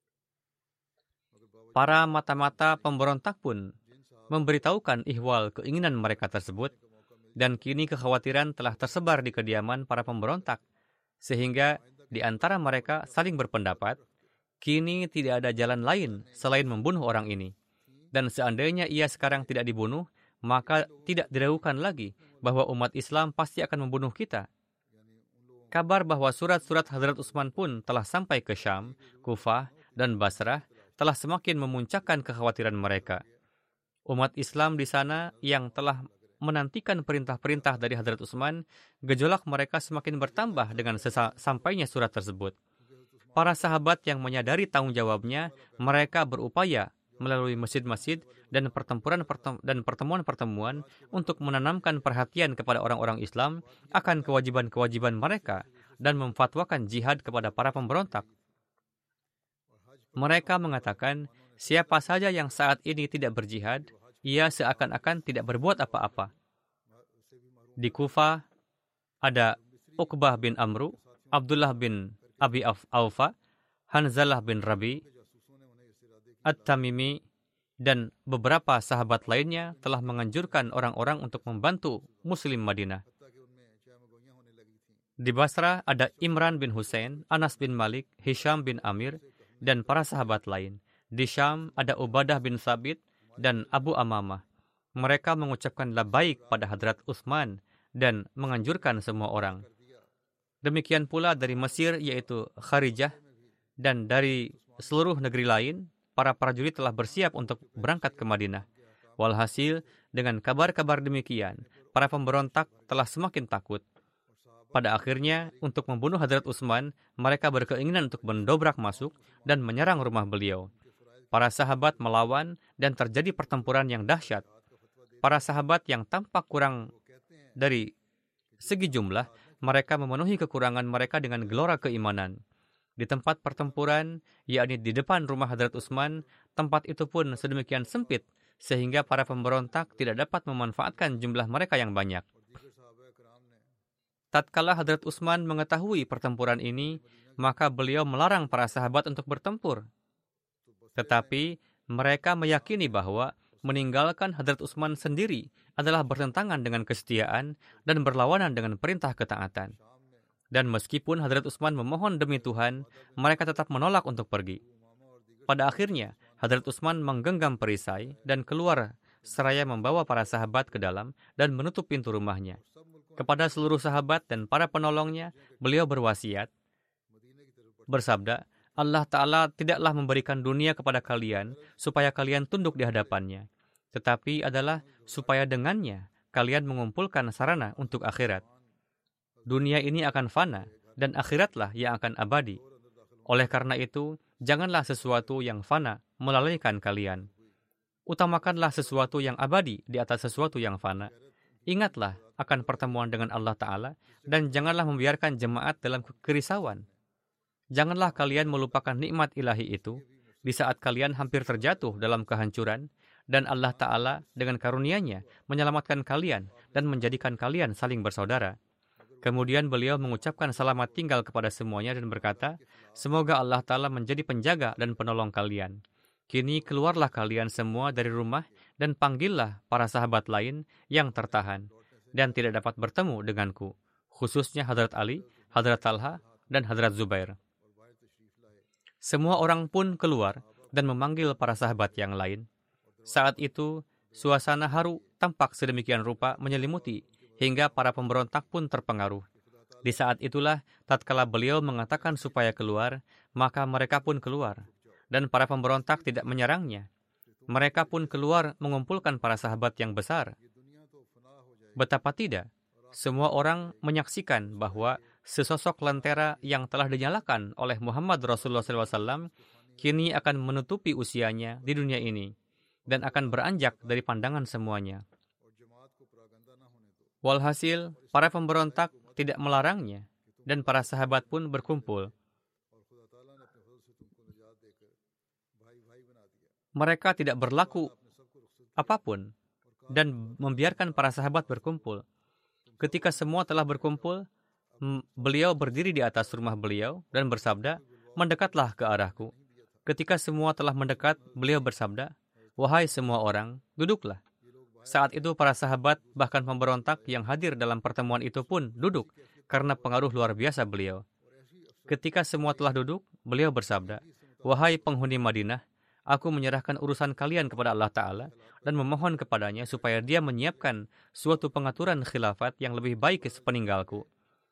Para mata-mata pemberontak pun memberitahukan ihwal keinginan mereka tersebut, dan kini kekhawatiran telah tersebar di kediaman para pemberontak, sehingga di antara mereka saling berpendapat, kini tidak ada jalan lain selain membunuh orang ini. Dan seandainya ia sekarang tidak dibunuh, maka tidak diragukan lagi bahwa umat Islam pasti akan membunuh kita. Kabar bahwa surat-surat Hadrat Utsman pun telah sampai ke Syam, Kufah, dan Basrah telah semakin memuncakkan kekhawatiran mereka. Umat Islam di sana yang telah menantikan perintah-perintah dari Hadrat Utsman, gejolak mereka semakin bertambah dengan sampainya surat tersebut. Para sahabat yang menyadari tanggung jawabnya, mereka berupaya melalui masjid-masjid dan pertemuan-pertemuan untuk menanamkan perhatian kepada orang-orang Islam akan kewajiban-kewajiban mereka dan memfatwakan jihad kepada para pemberontak. Mereka mengatakan, siapa saja yang saat ini tidak berjihad, ia seakan-akan tidak berbuat apa-apa. Di Kufah ada Uqbah bin Amru, Abdullah bin Abi Aufa, Hanzalah bin Rabi, At-Tamimi, dan beberapa sahabat lainnya telah menganjurkan orang-orang untuk membantu Muslim Madinah. Di Basrah ada Imran bin Husain, Anas bin Malik, Hisham bin Amir, dan para sahabat lain. Di Syam ada Ubadah bin Sabit dan Abu Amamah. Mereka mengucapkan labaik pada Hadrat Utsman dan menganjurkan semua orang. Demikian pula dari Mesir, yaitu Kharijah, dan dari seluruh negeri lain, para prajurit telah bersiap untuk berangkat ke Madinah. Walhasil, dengan kabar-kabar demikian, para pemberontak telah semakin takut. Pada akhirnya, untuk membunuh Hadrat Utsman, mereka berkeinginan untuk mendobrak masuk dan menyerang rumah beliau. Para sahabat melawan dan terjadi pertempuran yang dahsyat. Para sahabat yang tampak kurang dari segi jumlah, mereka memenuhi kekurangan mereka dengan gelora keimanan. Di tempat pertempuran, yakni di depan rumah Hadrat Utsman, tempat itu pun sedemikian sempit, sehingga para pemberontak tidak dapat memanfaatkan jumlah mereka yang banyak. Tatkala Hadrat Utsman mengetahui pertempuran ini, maka beliau melarang para sahabat untuk bertempur. Tetapi mereka meyakini bahwa meninggalkan Hadrat Utsman sendiri adalah bertentangan dengan kesetiaan dan berlawanan dengan perintah ketaatan. Dan meskipun Hadrat Utsman memohon demi Tuhan, mereka tetap menolak untuk pergi. Pada akhirnya, Hadrat Utsman menggenggam perisai dan keluar seraya membawa para sahabat ke dalam dan menutup pintu rumahnya. Kepada seluruh sahabat dan para penolongnya, beliau berwasiat, bersabda, Allah Ta'ala tidaklah memberikan dunia kepada kalian supaya kalian tunduk di hadapannya, tetapi adalah supaya dengannya kalian mengumpulkan sarana untuk akhirat. Dunia ini akan fana, dan akhiratlah yang akan abadi. Oleh karena itu, janganlah sesuatu yang fana melalaikan kalian. Utamakanlah sesuatu yang abadi di atas sesuatu yang fana. Ingatlah akan pertemuan dengan Allah Ta'ala, dan janganlah membiarkan jemaat dalam kerisauan. Janganlah kalian melupakan nikmat ilahi itu, di saat kalian hampir terjatuh dalam kehancuran, dan Allah Ta'ala dengan karunia-Nya menyelamatkan kalian dan menjadikan kalian saling bersaudara. Kemudian beliau mengucapkan selamat tinggal kepada semuanya dan berkata, semoga Allah Ta'ala menjadi penjaga dan penolong kalian. Kini keluarlah kalian semua dari rumah dan panggillah para sahabat lain yang tertahan dan tidak dapat bertemu denganku, khususnya Hadrat Ali, Hadrat Talha, dan Hadrat Zubair. Semua orang pun keluar dan memanggil para sahabat yang lain. Saat itu, suasana haru tampak sedemikian rupa menyelimuti, hingga para pemberontak pun terpengaruh. Di saat itulah, tatkala beliau mengatakan supaya keluar, maka mereka pun keluar. Dan para pemberontak tidak menyerangnya. Mereka pun keluar mengumpulkan para sahabat yang besar. Betapa tidak, semua orang menyaksikan bahwa sesosok lentera yang telah dinyalakan oleh Muhammad Rasulullah SAW kini akan menutupi usianya di dunia ini dan akan beranjak dari pandangan semuanya. Walhasil, para pemberontak tidak melarangnya, dan para sahabat pun berkumpul. Mereka tidak berlaku apapun, dan membiarkan para sahabat berkumpul. Ketika semua telah berkumpul, beliau berdiri di atas rumah beliau, dan bersabda, mendekatlah ke arahku. Ketika semua telah mendekat, beliau bersabda, wahai semua orang, duduklah. Saat itu para sahabat, bahkan pemberontak yang hadir dalam pertemuan itu pun duduk karena pengaruh luar biasa beliau. Ketika semua telah duduk, beliau bersabda, wahai penghuni Madinah, aku menyerahkan urusan kalian kepada Allah Ta'ala dan memohon kepadanya supaya dia menyiapkan suatu pengaturan khilafat yang lebih baik sepeninggalku.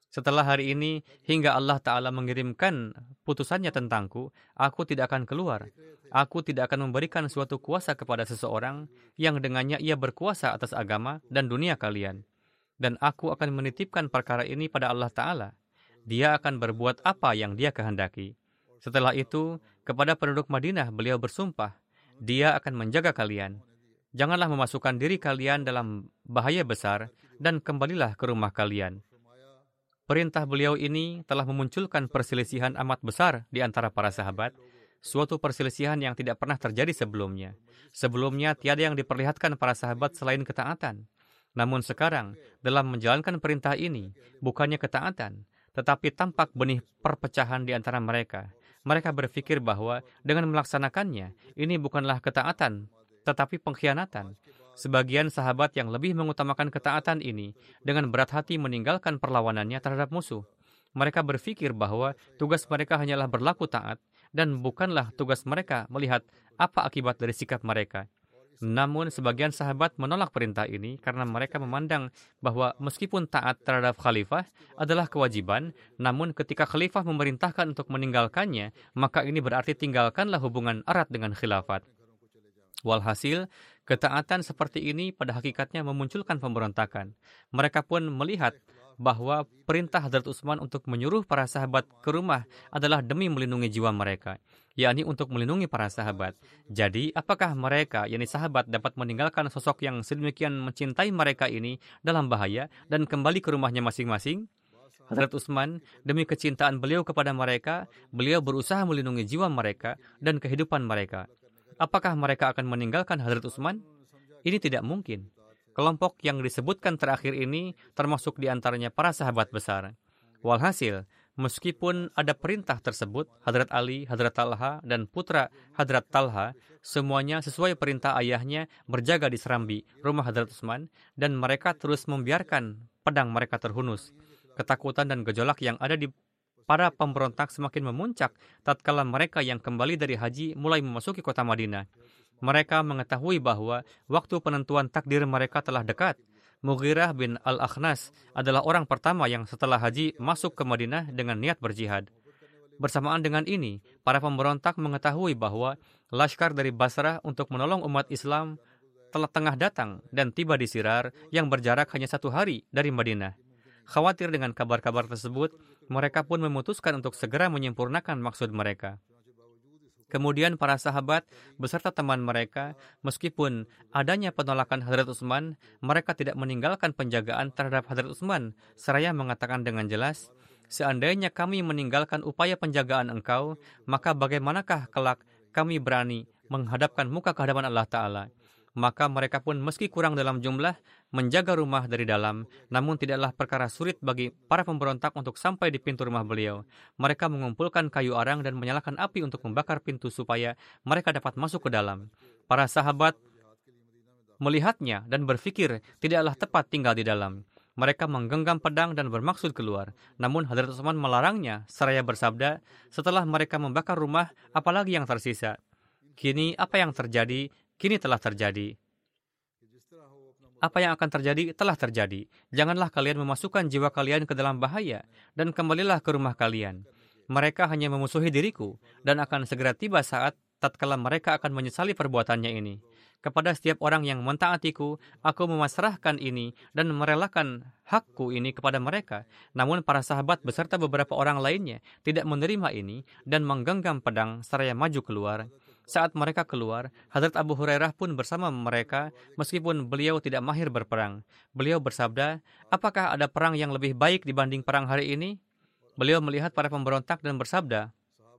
Setelah hari ini, hingga Allah Ta'ala mengirimkan putusannya tentangku, aku tidak akan keluar. Aku tidak akan memberikan suatu kuasa kepada seseorang yang dengannya ia berkuasa atas agama dan dunia kalian. Dan aku akan menitipkan perkara ini pada Allah Ta'ala. Dia akan berbuat apa yang dia kehendaki. Setelah itu, kepada penduduk Madinah beliau bersumpah, dia akan menjaga kalian. Janganlah memasukkan diri kalian dalam bahaya besar dan kembalilah ke rumah kalian. Perintah beliau ini telah memunculkan perselisihan amat besar di antara para sahabat, suatu perselisihan yang tidak pernah terjadi sebelumnya. Sebelumnya tiada yang diperlihatkan para sahabat selain ketaatan. Namun sekarang, dalam menjalankan perintah ini, bukannya ketaatan, tetapi tampak benih perpecahan di antara mereka. Mereka berpikir bahwa dengan melaksanakannya, ini bukanlah ketaatan, tetapi pengkhianatan. Sebagian sahabat yang lebih mengutamakan ketaatan ini dengan berat hati meninggalkan perlawanannya terhadap musuh. Mereka berpikir bahwa tugas mereka hanyalah berlaku taat dan bukanlah tugas mereka melihat apa akibat dari sikap mereka. Namun sebagian sahabat menolak perintah ini karena mereka memandang bahwa meskipun taat terhadap khalifah adalah kewajiban, namun ketika khalifah memerintahkan untuk meninggalkannya, maka ini berarti tinggalkanlah hubungan erat dengan khilafat. Walhasil, ketaatan seperti ini pada hakikatnya memunculkan pemberontakan. Mereka pun melihat bahwa perintah Hadrat Utsman untuk menyuruh para sahabat ke rumah adalah demi melindungi jiwa mereka, yakni untuk melindungi para sahabat. Jadi, apakah mereka, yakni sahabat, dapat meninggalkan sosok yang sedemikian mencintai mereka ini dalam bahaya dan kembali ke rumahnya masing-masing? Hadrat Utsman, demi kecintaan beliau kepada mereka, beliau berusaha melindungi jiwa mereka dan kehidupan mereka. Apakah mereka akan meninggalkan Hadrat Utsman? Ini tidak mungkin. Kelompok yang disebutkan terakhir ini termasuk di antaranya para sahabat besar. Walhasil, meskipun ada perintah tersebut, Hadrat Ali, Hadrat Talha, dan putra Hadrat Talha, semuanya sesuai perintah ayahnya berjaga di serambi rumah Hadrat Utsman, dan mereka terus membiarkan pedang mereka terhunus. Ketakutan dan gejolak yang ada di para pemberontak semakin memuncak tatkala mereka yang kembali dari haji mulai memasuki kota Madinah. Mereka mengetahui bahwa waktu penentuan takdir mereka telah dekat. Mughirah bin Al-Akhnas adalah orang pertama yang setelah haji masuk ke Madinah dengan niat berjihad. Bersamaan dengan ini, para pemberontak mengetahui bahwa laskar dari Basrah untuk menolong umat Islam telah tengah datang dan tiba di Sirar yang berjarak hanya 1 hari dari Madinah. Khawatir dengan kabar-kabar tersebut, mereka pun memutuskan untuk segera menyempurnakan maksud mereka. Kemudian para sahabat beserta teman mereka, meskipun adanya penolakan Hadrat Utsman, mereka tidak meninggalkan penjagaan terhadap Hadrat Utsman, seraya mengatakan dengan jelas, seandainya kami meninggalkan upaya penjagaan engkau, maka bagaimanakah kelak kami berani menghadapkan muka ke hadapan Allah Ta'ala? Maka mereka pun meski kurang dalam jumlah, menjaga rumah dari dalam, namun tidaklah perkara sulit bagi para pemberontak untuk sampai di pintu rumah beliau. Mereka mengumpulkan kayu arang dan menyalakan api untuk membakar pintu supaya mereka dapat masuk ke dalam. Para sahabat melihatnya dan berpikir tidaklah tepat tinggal di dalam. Mereka menggenggam pedang dan bermaksud keluar. Namun Hadrat Utsman melarangnya, seraya bersabda, setelah mereka membakar rumah, apalagi yang tersisa? Kini apa yang terjadi? Kini telah terjadi. Apa yang akan terjadi telah terjadi. Janganlah kalian memasukkan jiwa kalian ke dalam bahaya dan kembalilah ke rumah kalian. Mereka hanya memusuhi diriku dan akan segera tiba saat tatkala mereka akan menyesali perbuatannya ini. Kepada setiap orang yang mentaatiku, aku memasrahkan ini dan merelakan hakku ini kepada mereka. Namun para sahabat beserta beberapa orang lainnya tidak menerima ini dan menggenggam pedang seraya maju keluar. Saat mereka keluar, Hadrat Abu Hurairah pun bersama mereka meskipun beliau tidak mahir berperang. Beliau bersabda, apakah ada perang yang lebih baik dibanding perang hari ini? Beliau melihat para pemberontak dan bersabda,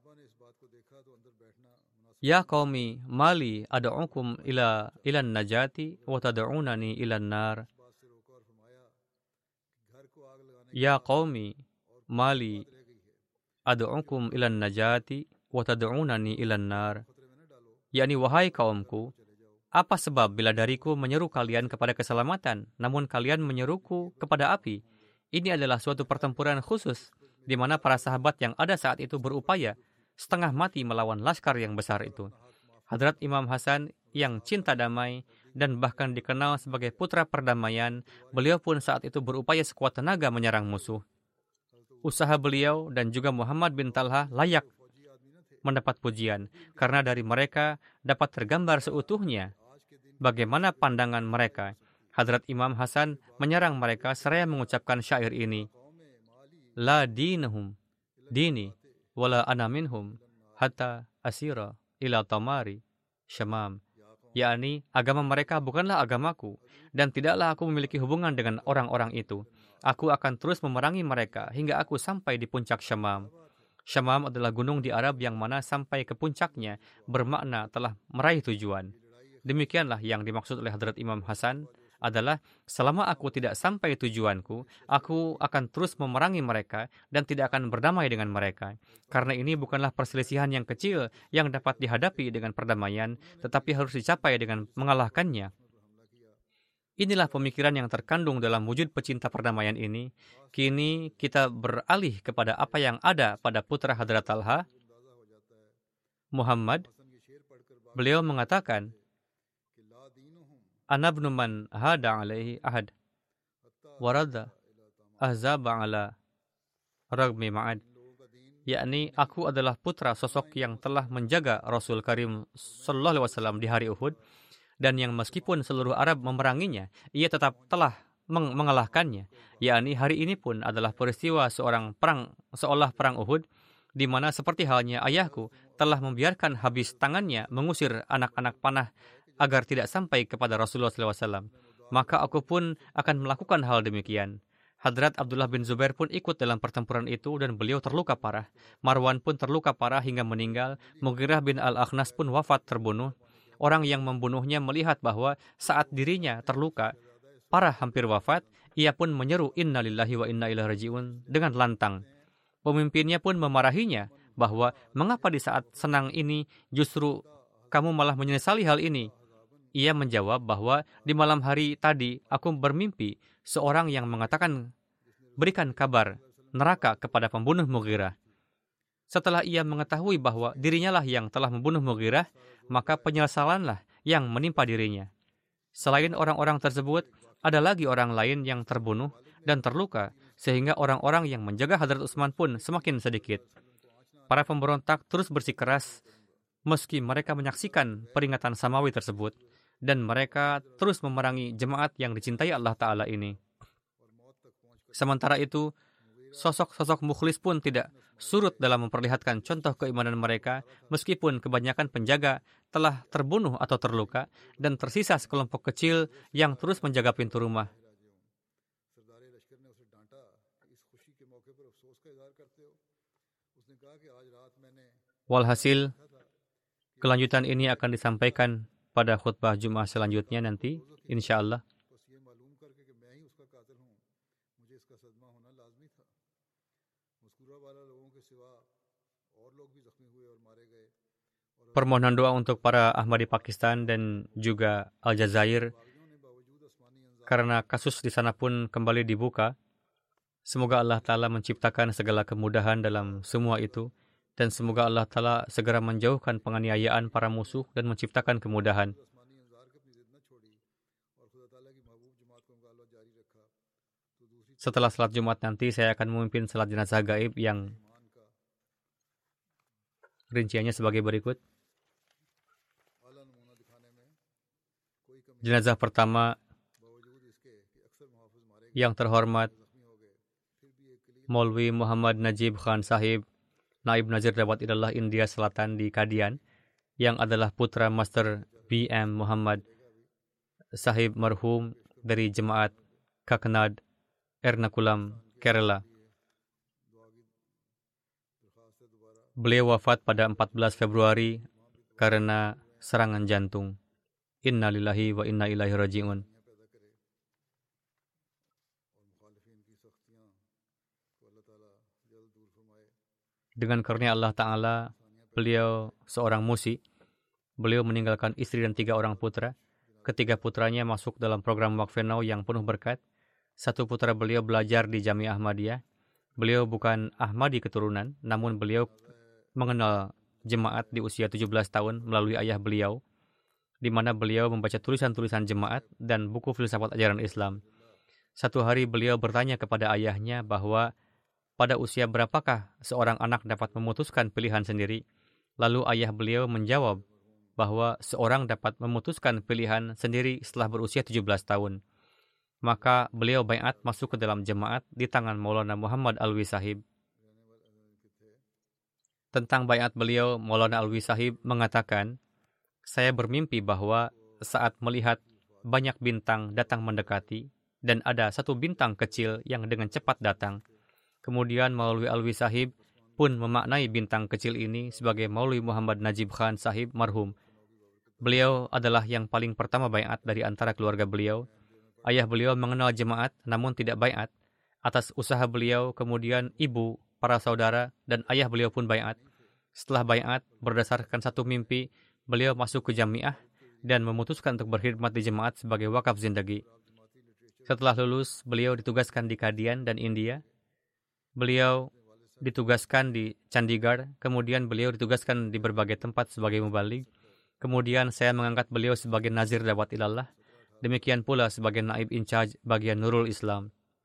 Ya qaumi, mali ad'ukum ilan najati wa tad'unani ilan nar. Ya qaumi, mali ad'ukum ilan najati wa tad'unani ilan nar. Yakni, wahai kaumku, apa sebab bila dariku menyeru kalian kepada keselamatan, namun kalian menyeruku kepada api? Ini adalah suatu pertempuran khusus, di mana para sahabat yang ada saat itu berupaya setengah mati melawan laskar yang besar itu. Hadrat Imam Hasan yang cinta damai dan bahkan dikenal sebagai putra perdamaian, beliau pun saat itu berupaya sekuat tenaga menyerang musuh. usaha beliau dan juga Muhammad bin Talha layak mendapat pujian, karena dari mereka dapat tergambar seutuhnya bagaimana pandangan mereka. Hadrat Imam Hasan menyerang mereka seraya mengucapkan syair ini, La dinahum dini wala ana minhum hatta asira ila tamari syamam. Yakni, agama mereka bukanlah agamaku, dan tidaklah aku memiliki hubungan dengan orang-orang itu. Aku akan terus memerangi mereka hingga aku sampai di puncak Syamam. Syamam adalah gunung di Arab yang mana sampai ke puncaknya bermakna telah meraih tujuan. Demikianlah yang dimaksud oleh Hadrat Imam Hasan adalah, selama aku tidak sampai tujuanku, aku akan terus memerangi mereka dan tidak akan berdamai dengan mereka. Karena ini bukanlah perselisihan yang kecil yang dapat dihadapi dengan perdamaian, tetapi harus dicapai dengan mengalahkannya. Inilah pemikiran yang terkandung dalam wujud pecinta perdamaian ini. Kini kita beralih kepada apa yang ada pada putra Hadrat Talha, Muhammad. Beliau mengatakan, Ana ibnu man hada alaihi ahad warada ahzaba ala ragmi ma'ad. Yakni, aku adalah putra sosok yang telah menjaga Rasul Karim sallallahu alaihi wasallam di hari Uhud, dan yang meskipun seluruh Arab memeranginya, ia tetap telah mengalahkannya. Yakni, hari ini pun adalah peristiwa seolah perang Uhud, di mana seperti halnya ayahku telah membiarkan habis tangannya mengusir anak-anak panah agar tidak sampai kepada Rasulullah SAW. Maka aku pun akan melakukan hal demikian. Hadrat Abdullah bin Zubair pun ikut dalam pertempuran itu dan beliau terluka parah. Marwan pun terluka parah hingga meninggal. Mughirah bin Al-Akhnas pun wafat terbunuh. Orang yang membunuhnya melihat bahwa saat dirinya terluka parah hampir wafat, ia pun menyeru Inna lillahi wa inna ilaihi raji'un dengan lantang. Pemimpinnya pun memarahinya bahwa mengapa di saat senang ini justru kamu malah menyesali hal ini. Ia menjawab bahwa di malam hari tadi aku bermimpi seorang yang mengatakan, berikan kabar neraka kepada pembunuh Mughirah. Setelah ia mengetahui bahwa dirinya lah yang telah membunuh Mughirah, maka penyesalanlah yang menimpa dirinya. Selain orang-orang tersebut, ada lagi orang lain yang terbunuh dan terluka, sehingga orang-orang yang menjaga Hadrat Utsman pun semakin sedikit. Para pemberontak terus bersikeras meski mereka menyaksikan peringatan samawi tersebut, dan mereka terus memerangi jemaat yang dicintai Allah Ta'ala ini. Sementara itu, sosok-sosok mukhlis pun tidak surut dalam memperlihatkan contoh keimanan mereka, meskipun kebanyakan penjaga telah terbunuh atau terluka, dan tersisa sekelompok kecil yang terus menjaga pintu rumah. Walhasil, kelanjutan ini akan disampaikan pada khutbah Jumat selanjutnya nanti, insya Allah. Permohonan doa untuk para Ahmadi Pakistan dan juga Aljazair, karena kasus di sana pun kembali dibuka. Semoga Allah Ta'ala menciptakan segala kemudahan dalam semua itu, dan semoga Allah Ta'ala segera menjauhkan penganiayaan para musuh dan menciptakan kemudahan. Setelah salat Jumat nanti, saya akan memimpin salat jenazah gaib yang rinciannya sebagai berikut. Jenazah pertama, yang terhormat Maulwi Muhammad Najib Khan Sahib, Naib Nazir Dawat Ilallah India Selatan di Kadian, yang adalah putra Master B.M. Muhammad Sahib marhum dari Jemaat Kakanad, Ernakulam, Kerala. Beliau wafat pada 14 Februari karena serangan jantung. Inna lillahi wa inna ilaihi raji'un. Dengan karunia Allah Ta'ala, beliau seorang musi. Beliau meninggalkan istri dan 3 orang putra. Ketiga putranya masuk dalam program Waqfenau yang penuh berkat. 1 putra beliau belajar di Jamiah Ahmadiyah. Beliau bukan Ahmadi keturunan, namun beliau mengenal jemaat di usia 17 tahun melalui ayah beliau, di mana beliau membaca tulisan-tulisan jemaat dan buku filsafat ajaran Islam. Satu hari beliau bertanya kepada ayahnya bahwa pada usia berapakah seorang anak dapat memutuskan pilihan sendiri? Lalu ayah beliau menjawab bahwa seorang dapat memutuskan pilihan sendiri setelah berusia 17 tahun. Maka beliau baiat masuk ke dalam jemaat di tangan Maulana Muhammad Alwi Sahib. Tentang baiat beliau, Maulana Alwi Sahib mengatakan, saya bermimpi bahwa saat melihat banyak bintang datang mendekati, dan ada satu bintang kecil yang dengan cepat datang. Kemudian Maulwi Alwi Sahib pun memaknai bintang kecil ini sebagai Maulwi Muhammad Najib Khan Sahib marhum. Beliau adalah yang paling pertama baiat dari antara keluarga beliau. Ayah beliau mengenal jemaat namun tidak baiat. Atas usaha beliau, kemudian ibu, para saudara, dan ayah beliau pun baiat. Setelah baiat, berdasarkan satu mimpi, beliau masuk ke jamiah dan memutuskan untuk berkhidmat di jemaat sebagai wakaf zindagi. Setelah lulus, beliau ditugaskan di Kadian dan India. Beliau ditugaskan di Chandigarh, kemudian beliau ditugaskan di berbagai tempat sebagai mubaligh. Kemudian saya mengangkat beliau sebagai Nazir Dawat Ilallah, demikian pula sebagai naib in charge bagian Nurul Islam.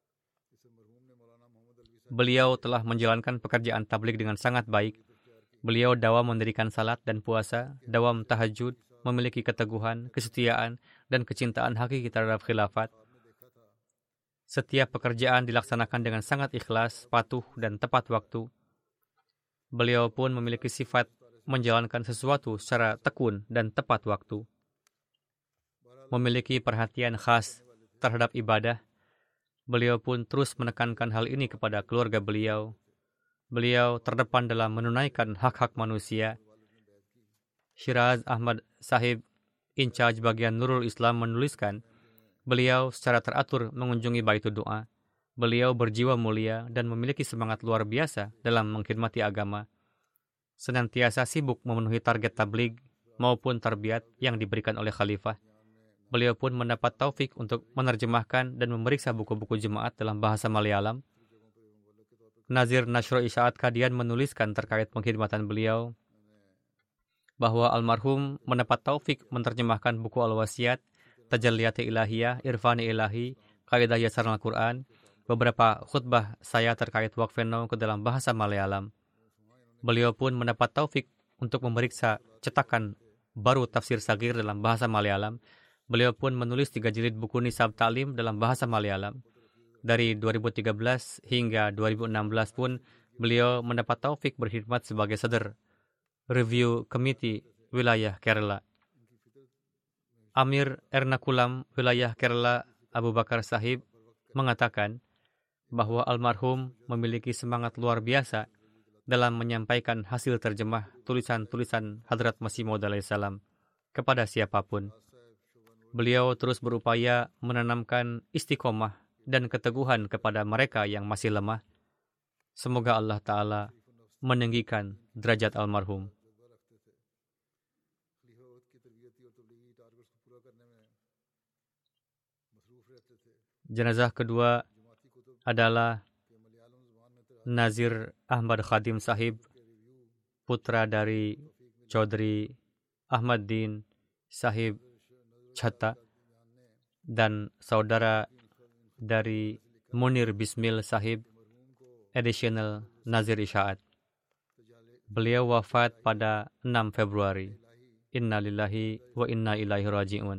Beliau telah menjalankan pekerjaan tabligh dengan sangat baik. Beliau dawam mendirikan salat dan puasa, dawam tahajud, memiliki keteguhan, kesetiaan, dan kecintaan hakiki terhadap khilafat. Setiap pekerjaan dilaksanakan dengan sangat ikhlas, patuh, dan tepat waktu. Beliau pun memiliki sifat menjalankan sesuatu secara tekun dan tepat waktu. Memiliki perhatian khas terhadap ibadah. Beliau pun terus menekankan hal ini kepada keluarga beliau. Beliau terdepan dalam menunaikan hak-hak manusia. Shiraz Ahmad Sahib, in charge bagian Nurul Islam, menuliskan, beliau secara teratur mengunjungi Baitul Doa. Beliau berjiwa mulia dan memiliki semangat luar biasa dalam mengkhidmati agama. Senantiasa sibuk memenuhi target tabligh maupun tarbiyat yang diberikan oleh khalifah. Beliau pun mendapat taufik untuk menerjemahkan dan memeriksa buku-buku jemaat dalam bahasa Malayalam. Nazir Nashro Isyaat Kadian menuliskan terkait pengkhidmatan beliau bahwa almarhum mendapat taufik menerjemahkan buku Al-Wasiyat, Tajalliyat Ilahiyah, Irfani Ilahi, Kaidah Yasar Al-Quran, beberapa khutbah saya terkait Waqfeno ke dalam bahasa Malayalam. Beliau pun mendapat taufik untuk memeriksa cetakan baru tafsir Sagir dalam bahasa Malayalam. Beliau pun menulis 3 jilid buku Nisab Ta'lim dalam bahasa Malayalam. Dari 2013 hingga 2016 pun beliau mendapat taufik berkhidmat sebagai Sadr Review Committee Wilayah Kerala. Amir Ernakulam Wilayah Kerala Abu Bakar Sahib mengatakan bahwa almarhum memiliki semangat luar biasa dalam menyampaikan hasil terjemah tulisan-tulisan Hadrat Masih Maud alaihissalam kepada siapapun. Beliau terus berupaya menanamkan istiqomah dan keteguhan kepada mereka yang masih lemah. Semoga Allah Ta'ala meninggikan derajat almarhum. Jenazah kedua adalah Nazir Ahmad Khadim Sahib, putra dari Chaudhry Ahmad Din Sahib Chhatta dan saudara dari Munir Bismil Sahib, additional Nazir Isyaat. Beliau wafat pada 6 Februari. Inna lillahi wa inna ilaihi raji'un.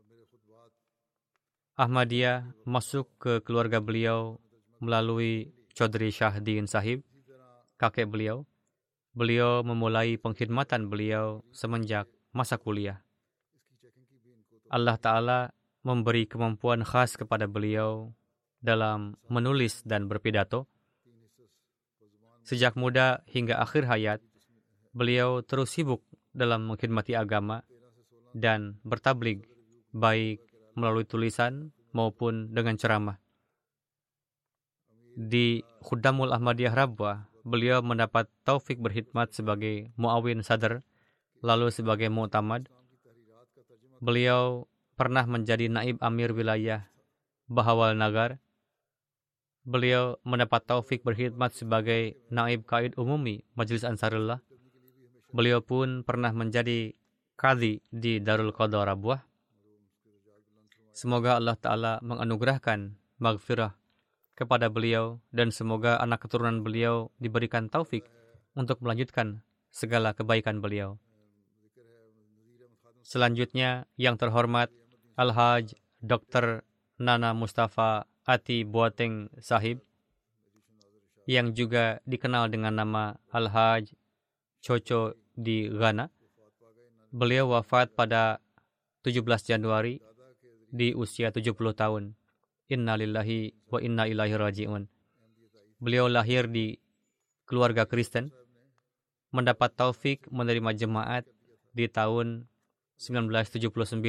Ahmadiyah masuk ke keluarga beliau melalui Chaudhry Shahdin Sahib, kakek beliau. Beliau memulai pengkhidmatan beliau semenjak masa kuliah. Allah Ta'ala memberi kemampuan khas kepada beliau dalam menulis dan berpidato. Sejak muda hingga akhir hayat, beliau terus sibuk dalam mengkhidmati agama dan bertabligh, baik melalui tulisan maupun dengan ceramah. Di Khuddamul Ahmadiyah Rabwah, beliau mendapat taufik berkhidmat sebagai Muawin Sadr, lalu sebagai Mu'tamad. Beliau pernah menjadi naib amir wilayah Bahawal Nagar. Beliau mendapat taufik berkhidmat sebagai naib kaid umumi Majlis Ansarullah. Beliau pun pernah menjadi qadhi di Darul Qadha Rabwah. Semoga Allah Ta'ala menganugerahkan maghfirah kepada beliau dan semoga anak keturunan beliau diberikan taufik untuk melanjutkan segala kebaikan beliau. Selanjutnya, yang terhormat Al-Haj Dr. Nana Mustafa Ati Boateng Sahib, yang juga dikenal dengan nama Al-Haj Chocho di Ghana. Beliau wafat pada 17 Januari di usia 70 tahun. Inna lillahi wa inna ilaihi raji'un. Beliau lahir di keluarga Kristen, mendapat taufik menerima jemaat di tahun 1979.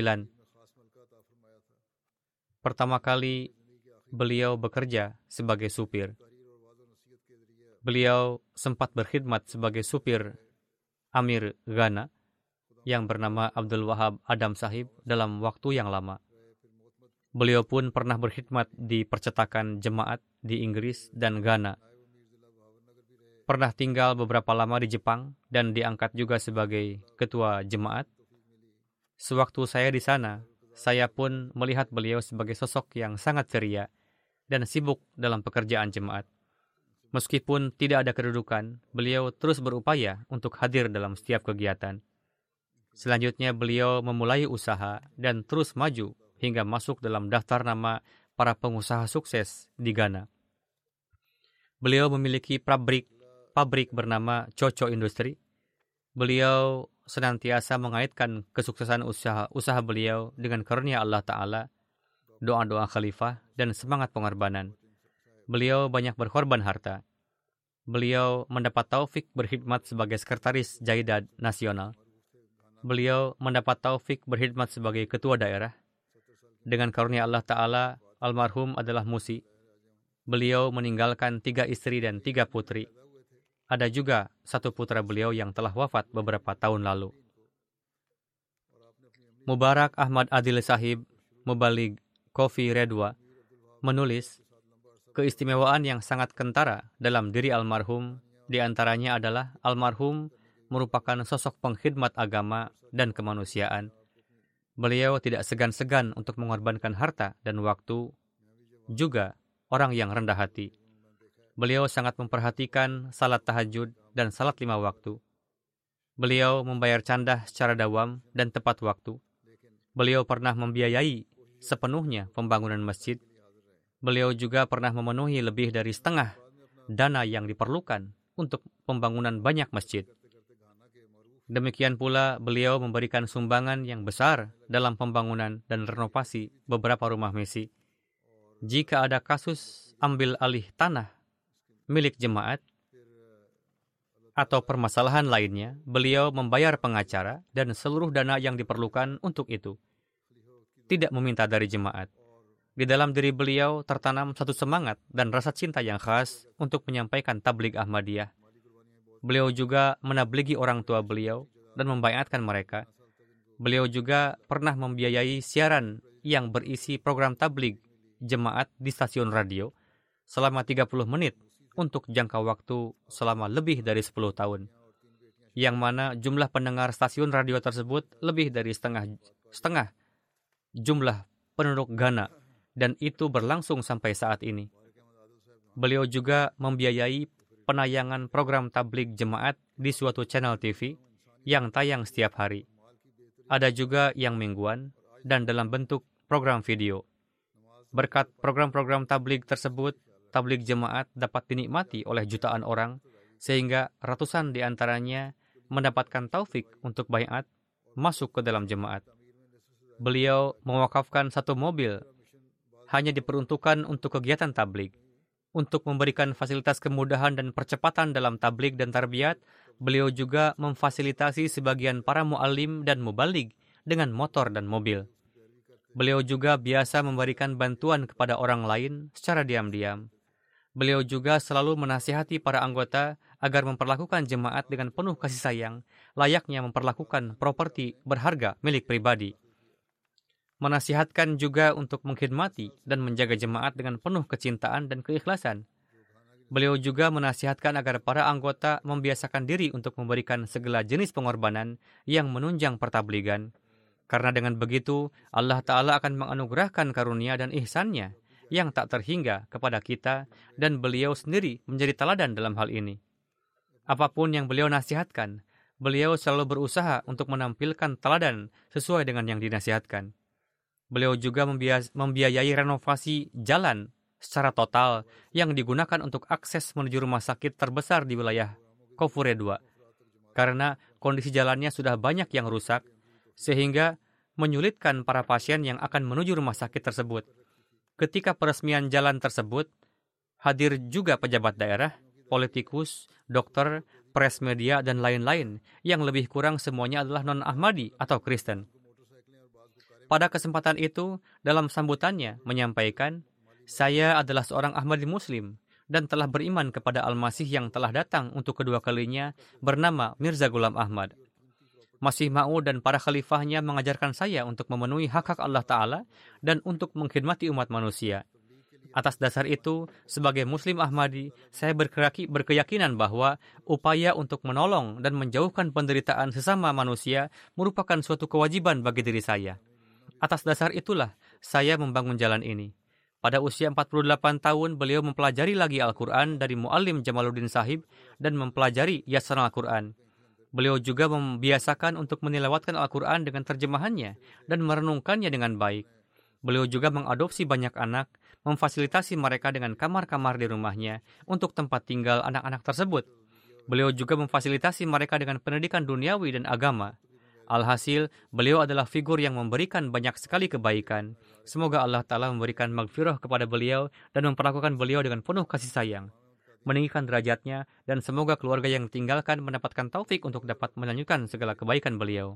Pertama kali beliau bekerja sebagai supir. Beliau sempat berkhidmat sebagai supir Amir Ghana yang bernama Abdul Wahab Adam Sahib dalam waktu yang lama. Beliau pun pernah berkhidmat di percetakan jemaat di Inggris dan Ghana. Pernah tinggal beberapa lama di Jepang dan diangkat juga sebagai ketua jemaat. Sewaktu saya di sana, saya pun melihat beliau sebagai sosok yang sangat ceria dan sibuk dalam pekerjaan jemaat. Meskipun tidak ada kedudukan, beliau terus berupaya untuk hadir dalam setiap kegiatan. Selanjutnya beliau memulai usaha dan terus maju hingga masuk dalam daftar nama para pengusaha sukses di Ghana. Beliau memiliki pabrik bernama Chocho Industry. Beliau senantiasa mengaitkan kesuksesan usaha beliau dengan karunia Allah Ta'ala, doa-doa khalifah, dan semangat pengorbanan. Beliau banyak berkorban harta. Beliau mendapat taufik berkhidmat sebagai sekretaris Jaidah Nasional. Beliau mendapat taufik berkhidmat sebagai ketua daerah. Dengan karunia Allah Ta'ala, almarhum adalah musi. Beliau meninggalkan 3 istri dan 3 putri. Ada juga 1 putra beliau yang telah wafat beberapa tahun lalu. Mubarak Ahmad Adil Sahib, Mubalig Kofi Redwa, menulis, keistimewaan yang sangat kentara dalam diri almarhum diantaranya adalah almarhum merupakan sosok pengkhidmat agama dan kemanusiaan. Beliau tidak segan-segan untuk mengorbankan harta dan waktu, juga orang yang rendah hati. Beliau sangat memperhatikan salat tahajud dan salat 5 waktu. Beliau membayar candah secara dawam dan tepat waktu. Beliau pernah membiayai sepenuhnya pembangunan masjid. Beliau juga pernah memenuhi lebih dari setengah dana yang diperlukan untuk pembangunan banyak masjid. Demikian pula beliau memberikan sumbangan yang besar dalam pembangunan dan renovasi beberapa rumah misi. Jika ada kasus ambil alih tanah milik jemaat atau permasalahan lainnya, beliau membayar pengacara dan seluruh dana yang diperlukan untuk itu. Tidak meminta dari jemaat. Di dalam diri beliau tertanam satu semangat dan rasa cinta yang khas untuk menyampaikan tabligh Ahmadiyah. Beliau juga menabligi orang tua beliau dan membaiatkan mereka. Beliau juga pernah membiayai siaran yang berisi program tabligh jemaat di stasiun radio selama 30 menit untuk jangka waktu selama lebih dari 10 tahun. Yang mana jumlah pendengar stasiun radio tersebut lebih dari setengah jumlah penduduk Ghana, dan itu berlangsung sampai saat ini. Beliau juga membiayai penayangan program tabligh jemaat di suatu channel TV yang tayang setiap hari. Ada juga yang mingguan dan dalam bentuk program video. Berkat program-program tabligh tersebut, tabligh jemaat dapat dinikmati oleh jutaan orang, sehingga ratusan di antaranya mendapatkan taufik untuk baiat masuk ke dalam jemaat. Beliau mewakafkan 1 mobil hanya diperuntukkan untuk kegiatan tabligh. Untuk memberikan fasilitas kemudahan dan percepatan dalam tabligh dan tarbiyat, beliau juga memfasilitasi sebagian para muallim dan mubaligh dengan motor dan mobil. Beliau juga biasa memberikan bantuan kepada orang lain secara diam-diam. Beliau juga selalu menasihati para anggota agar memperlakukan jemaat dengan penuh kasih sayang, layaknya memperlakukan properti berharga milik pribadi. Menasihatkan juga untuk mengkhidmati dan menjaga jemaat dengan penuh kecintaan dan keikhlasan. Beliau juga menasihatkan agar para anggota membiasakan diri untuk memberikan segala jenis pengorbanan yang menunjang pertabligan. Karena dengan begitu, Allah Ta'ala akan menganugerahkan karunia dan ihsan-Nya yang tak terhingga kepada kita, dan beliau sendiri menjadi teladan dalam hal ini. Apapun yang beliau nasihatkan, beliau selalu berusaha untuk menampilkan teladan sesuai dengan yang dinasihatkan. Beliau juga membiayai renovasi jalan secara total yang digunakan untuk akses menuju rumah sakit terbesar di wilayah Kofure 2. Karena kondisi jalannya sudah banyak yang rusak, sehingga menyulitkan para pasien yang akan menuju rumah sakit tersebut. Ketika peresmian jalan tersebut, hadir juga pejabat daerah, politikus, dokter, pres media, dan lain-lain, yang lebih kurang semuanya adalah non-Ahmadi atau Kristen. Pada kesempatan itu, dalam sambutannya menyampaikan, "Saya adalah seorang Ahmadi Muslim dan telah beriman kepada Al-Masih yang telah datang untuk kedua kalinya bernama Mirza Ghulam Ahmad. Masih Maud dan para khalifahnya mengajarkan saya untuk memenuhi hak-hak Allah Ta'ala dan untuk mengkhidmati umat manusia. Atas dasar itu, sebagai Muslim Ahmadi, saya berkeyakinan bahwa upaya untuk menolong dan menjauhkan penderitaan sesama manusia merupakan suatu kewajiban bagi diri saya. Atas dasar itulah saya membangun jalan ini." Pada usia 48 tahun, beliau mempelajari lagi Al-Quran dari Muallim Jamaluddin Sahib dan mempelajari Yasan Al-Quran. Beliau juga membiasakan untuk menilawatkan Al-Quran dengan terjemahannya dan merenungkannya dengan baik. Beliau juga mengadopsi banyak anak, memfasilitasi mereka dengan kamar-kamar di rumahnya untuk tempat tinggal anak-anak tersebut. Beliau juga memfasilitasi mereka dengan pendidikan duniawi dan agama. Alhasil, beliau adalah figur yang memberikan banyak sekali kebaikan. Semoga Allah Ta'ala memberikan maghfirah kepada beliau dan memperlakukan beliau dengan penuh kasih sayang, meninggikan derajatnya, dan semoga keluarga yang ditinggalkan mendapatkan taufik untuk dapat melanjutkan segala kebaikan beliau.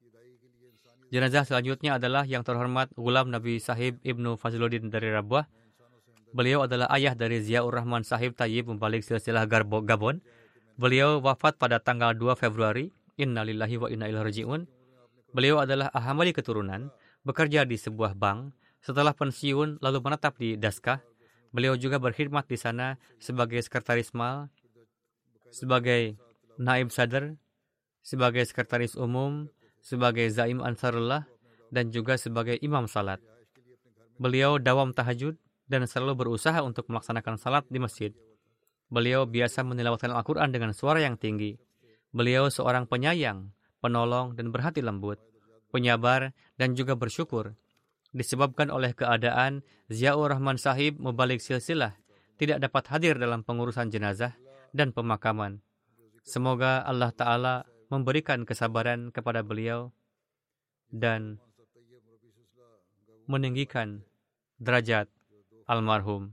Jenazah selanjutnya adalah yang terhormat Ghulam Nabi Sahib Ibnu Fazluddin dari Rabwah. Beliau adalah ayah dari Ziaur Rahman Sahib Tayyib Mubalik Silsilah Gabon. Beliau wafat pada tanggal 2 Februari. Innalillahi wa inna ilaihi raji'un. Beliau adalah Ahmadi keturunan, bekerja di sebuah bank. Setelah pensiun, lalu menetap di Daskah. Beliau juga berkhidmat di sana sebagai sekretaris mal, sebagai naib sadr, sebagai sekretaris umum, sebagai zaim ansarullah, dan juga sebagai imam salat. Beliau dawam tahajud dan selalu berusaha untuk melaksanakan salat di masjid. Beliau biasa menilawatkan Al-Quran dengan suara yang tinggi. Beliau seorang penyayang, penolong, dan berhati lembut, penyabar, dan juga bersyukur. Disebabkan oleh keadaan, Ziaur Rahman Sahib Mubalik Silsilah tidak dapat hadir dalam pengurusan jenazah dan pemakaman. Semoga Allah Ta'ala memberikan kesabaran kepada beliau dan meninggikan derajat almarhum.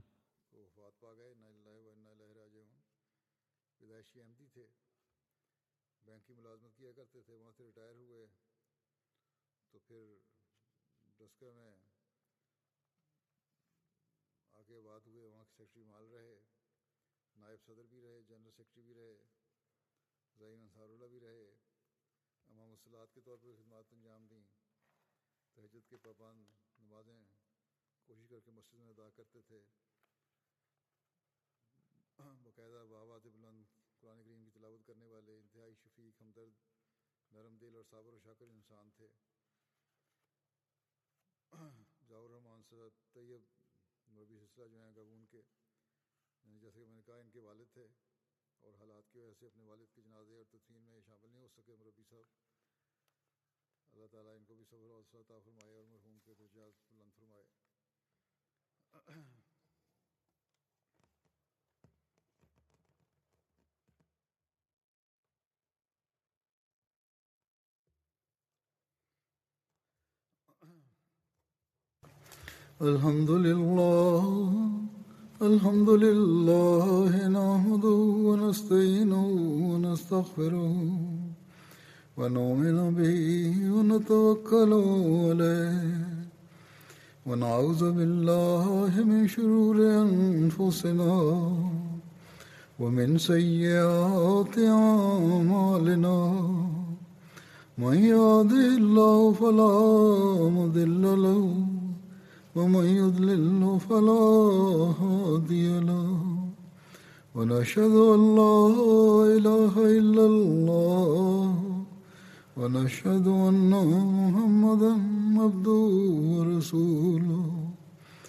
الحمد لله نحمده ونستعينه ونستغفره ونؤمن به ونتوكل عليه ونعوذ بالله من شرور أنفسنا ومن سيئات أعمالنا من يهده الله فلا مضل له ومن يضلل فلا هادي له ونشهد أن لا إله إلا الله ونشهد أن محمدا عبده ورسوله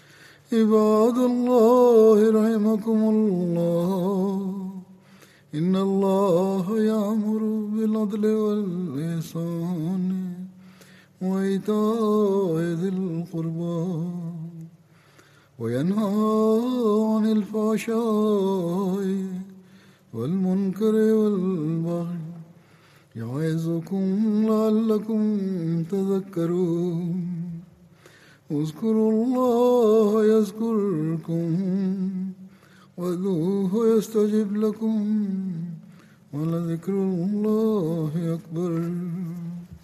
عباد الله رحمكم الله إن الله يأمر بالعدل والإحسان وإيتاء ذي القربى وينهى عن الفحشاء والمنكر والبغي يعظكم لعلكم تذكرون اذكروا الله يذكركم وادعوه يستجب لكم ولذكر الله أكبر